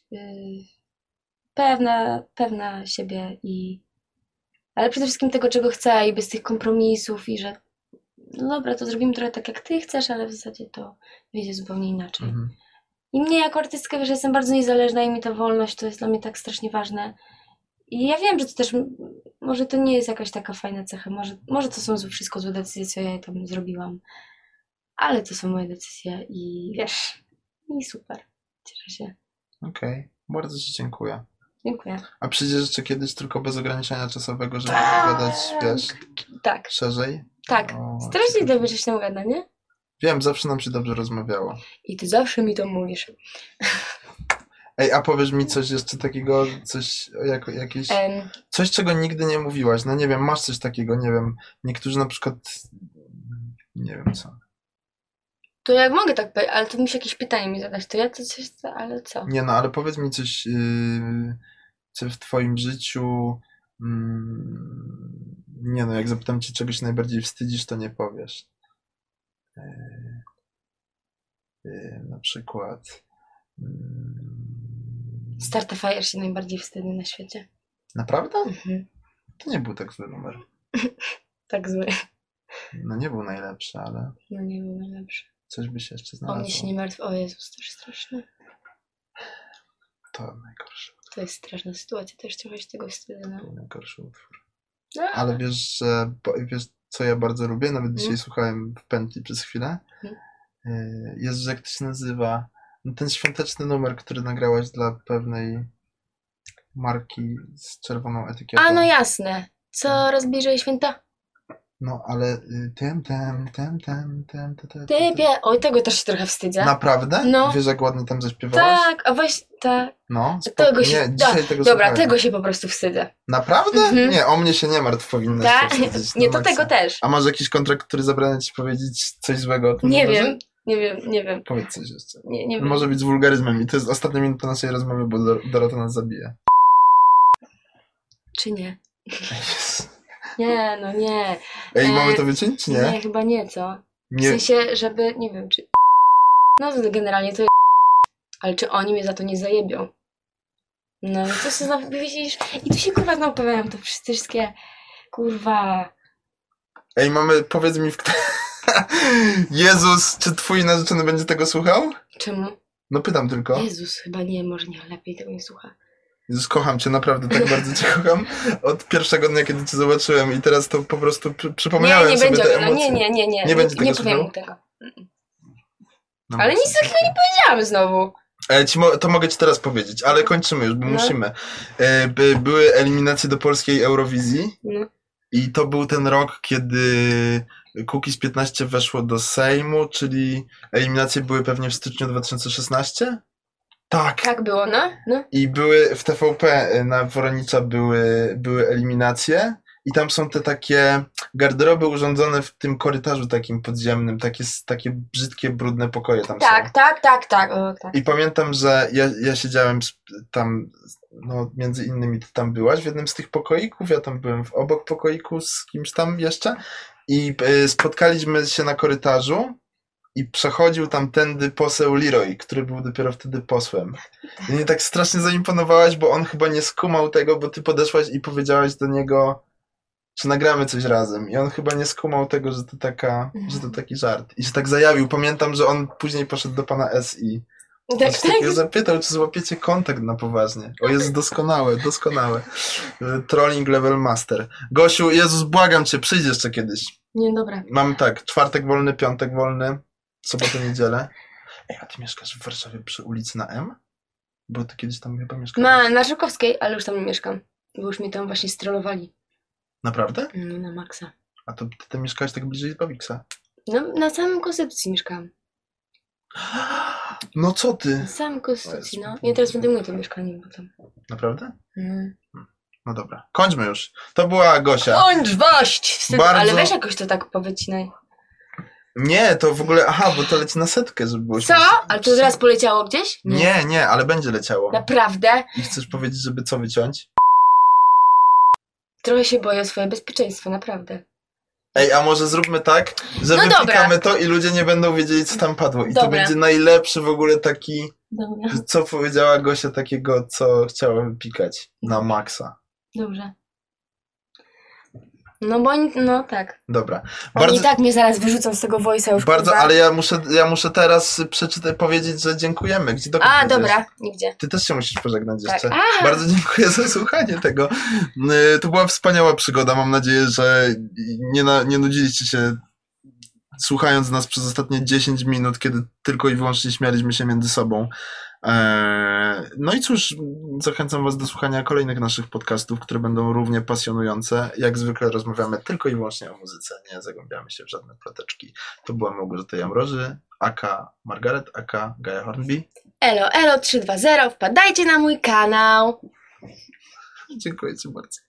pewna siebie ale przede wszystkim tego, czego chcę i bez tych kompromisów i że no dobra, to zrobimy trochę tak, jak ty chcesz, ale w zasadzie to wyjdzie zupełnie inaczej. Mhm. I mnie jako artystka, wiesz, jestem bardzo niezależna i mi ta wolność to jest dla mnie tak strasznie ważne. I ja wiem, że to też, może to nie jest jakaś taka fajna cecha, może to są wszystko złe decyzje, co ja tam zrobiłam, ale to są moje decyzje i wiesz, i super, cieszę się. Okej, bardzo ci dziękuję. Dziękuję. A przyjdziesz jeszcze kiedyś tylko bez ograniczenia czasowego, żeby Tak. gadać, wiesz, Tak, szerzej? tak. O, Strasznie ciekawe. dobrze się nam gada, nie? Wiem, zawsze nam się dobrze rozmawiało. I ty zawsze mi to mówisz. Ej, a powiesz mi coś jeszcze takiego, coś jakieś... Coś, czego nigdy nie mówiłaś. No nie wiem, masz coś takiego, nie wiem. Niektórzy na przykład... Nie wiem co. To jak mogę tak powiedzieć, ale to musisz jakieś pytanie mi zadać, to ja to coś, ale co? Nie no, ale powiedz mi coś, co w twoim życiu... Nie no, jak zapytam cię, czego się najbardziej wstydzisz, to nie powiesz. Na przykład... Startafire się najbardziej wstydzi na świecie. Naprawdę? Mhm. To nie był tak zły numer. Tak zły. No nie był najlepszy, ale No nie był najlepszy. coś by się jeszcze O mnie znalazło. się nie martw. O Jezus, to jest straszne. To najgorszy. To jest straszna sytuacja, też trochę się tego wstydzę. To No. był najgorszy utwór. No, Ale wiesz, wiesz, co ja bardzo lubię? Nawet dzisiaj słuchałem w pętli przez chwilę. Jest, że jak to się nazywa? No ten świąteczny numer, który nagrałaś dla pewnej marki z czerwoną etykietą. A no jasne. Coraz bliżej święta. No, ale Typie. Oj, tego też się trochę wstydzę. Naprawdę? No. Wiesz, jak ładnie tam zaśpiewałaś? Tak, a weź, tak. No, Tego się, nie, dzisiaj tego dobra, słuchałem. tego się po prostu wstydzę. Naprawdę? Mhm. Nie, o mnie się nie martw, powinnaś Tak? się wstydzić. Nie, No to maksa. tego też. A masz jakiś kontrakt, który zabrania ci powiedzieć coś złego o tym Nie numerze? wiem, nie wiem. Powiedz coś jeszcze. Nie wiem. Może być z wulgaryzmem i to jest ostatnia minuta naszej rozmowy, bo Dorota nas zabije. Czy nie? Jezu. Nie, no nie. Ej, mamy to wyciąć, czy nie? Nie, chyba nie, co? W Nie. sensie, żeby, nie wiem, czy... No to generalnie to ale czy oni mnie za to nie zajebią? No i co się znowu widzisz? I tu się kurwa znowu pojawiają te wszystkie kurwa... Ej, powiedz mi Jezus, czy twój narzeczony będzie tego słuchał? Czemu? No pytam tylko. Jezus, chyba nie, może nie, lepiej tego nie słucha. Jezus, kocham cię, naprawdę tak bardzo cię kocham. Od pierwszego dnia, kiedy cię zobaczyłem i teraz to po prostu przypomniałem Nie sobie będzie, te no emocje. nie będzie tego nie powiem słuchał? mu tego. No, Ale nic takiego nie powiedziałam znowu. to mogę ci teraz powiedzieć, ale kończymy już, bo No. musimy. Były eliminacje do polskiej Eurowizji No. i to był ten rok, kiedy Kukiz 15 weszło do Sejmu, czyli eliminacje były pewnie w styczniu 2016? Tak. Tak było, no. I były w TVP na Woronicza były eliminacje i tam są te takie garderoby urządzone w tym korytarzu takim podziemnym, takie brzydkie, brudne pokoje tam są. Tak. O, tak. I pamiętam, że ja siedziałem tam, no między innymi ty tam byłaś w jednym z tych pokoików, ja tam byłem obok pokoiku z kimś tam jeszcze i spotkaliśmy się na korytarzu i przechodził tamtędy poseł Leroy, który był dopiero wtedy posłem. I mnie tak strasznie zaimponowałaś, bo on chyba nie skumał tego, bo ty podeszłaś i powiedziałaś do niego czy nagramy coś razem. I on chyba nie skumał tego, że to taki żart. I się tak zajawił. Pamiętam, że on później poszedł do pana S.I. Tak, Coś takiego zapytał, czy złapiecie kontakt na poważnie. O, jest doskonałe. Trolling level master. Gosiu, Jezus, błagam cię, przyjdź jeszcze kiedyś. Nie, dobra. Mamy tak, czwartek wolny, piątek wolny, sobotę, niedzielę. Ej, a ty mieszkasz w Warszawie przy ulicy na M? Bo ty kiedyś tam chyba mieszkałeś. Na Żukowskiej, ale już tam nie mieszkam. Bo już mnie tam właśnie strollowali. Naprawdę? No, na maksa. A to ty mieszkałeś tak bliżej Bawiksa? No, na samym Konstytucji mieszkam. No co ty? Na samym Konstytucji, no. Ja teraz będę miał to mieszkanie, bo tam... Naprawdę? No. No dobra, kończmy już. To była Gosia. Bądź wstyd, Bardzo- ale weź jakoś to tak powycinaj. Nie, to w ogóle, aha, bo to leci na setkę, żeby było Co? śmiesznie. Ale to teraz poleciało gdzieś? Nie, ale będzie leciało. Naprawdę? I chcesz powiedzieć, żeby co wyciąć? Trochę się boję o swoje bezpieczeństwo, naprawdę. Ej, a może zróbmy tak, że No wypikamy to i ludzie nie będą wiedzieli, co tam padło. I to Dobra. będzie najlepszy w ogóle taki, Dobra. co powiedziała Gosia takiego, co chciała wypikać na maksa. Dobrze. No bo oni, no tak. Dobra. Oni i tak mnie zaraz wyrzucą z tego voice'a już. Bardzo, kurwa. ale ja muszę teraz powiedzieć, że dziękujemy. Gdzie dokąd A, jedziesz? dobra, nigdzie. Ty też się musisz pożegnać Tak. jeszcze. A! Bardzo dziękuję za słuchanie tego. To była wspaniała przygoda. Mam nadzieję, że nie nudziliście się słuchając nas przez ostatnie 10 minut, kiedy tylko i wyłącznie śmialiśmy się między sobą. No i cóż, zachęcam Was do słuchania kolejnych naszych podcastów, które będą równie pasjonujące. Jak zwykle rozmawiamy tylko i wyłącznie o muzyce, nie zagłębiamy się w żadne ploteczki. To była Małgorzata Jamroży, aka Margaret, aka Gaja Hornby. Elo 320, wpadajcie na mój kanał. Dziękuję Ci bardzo.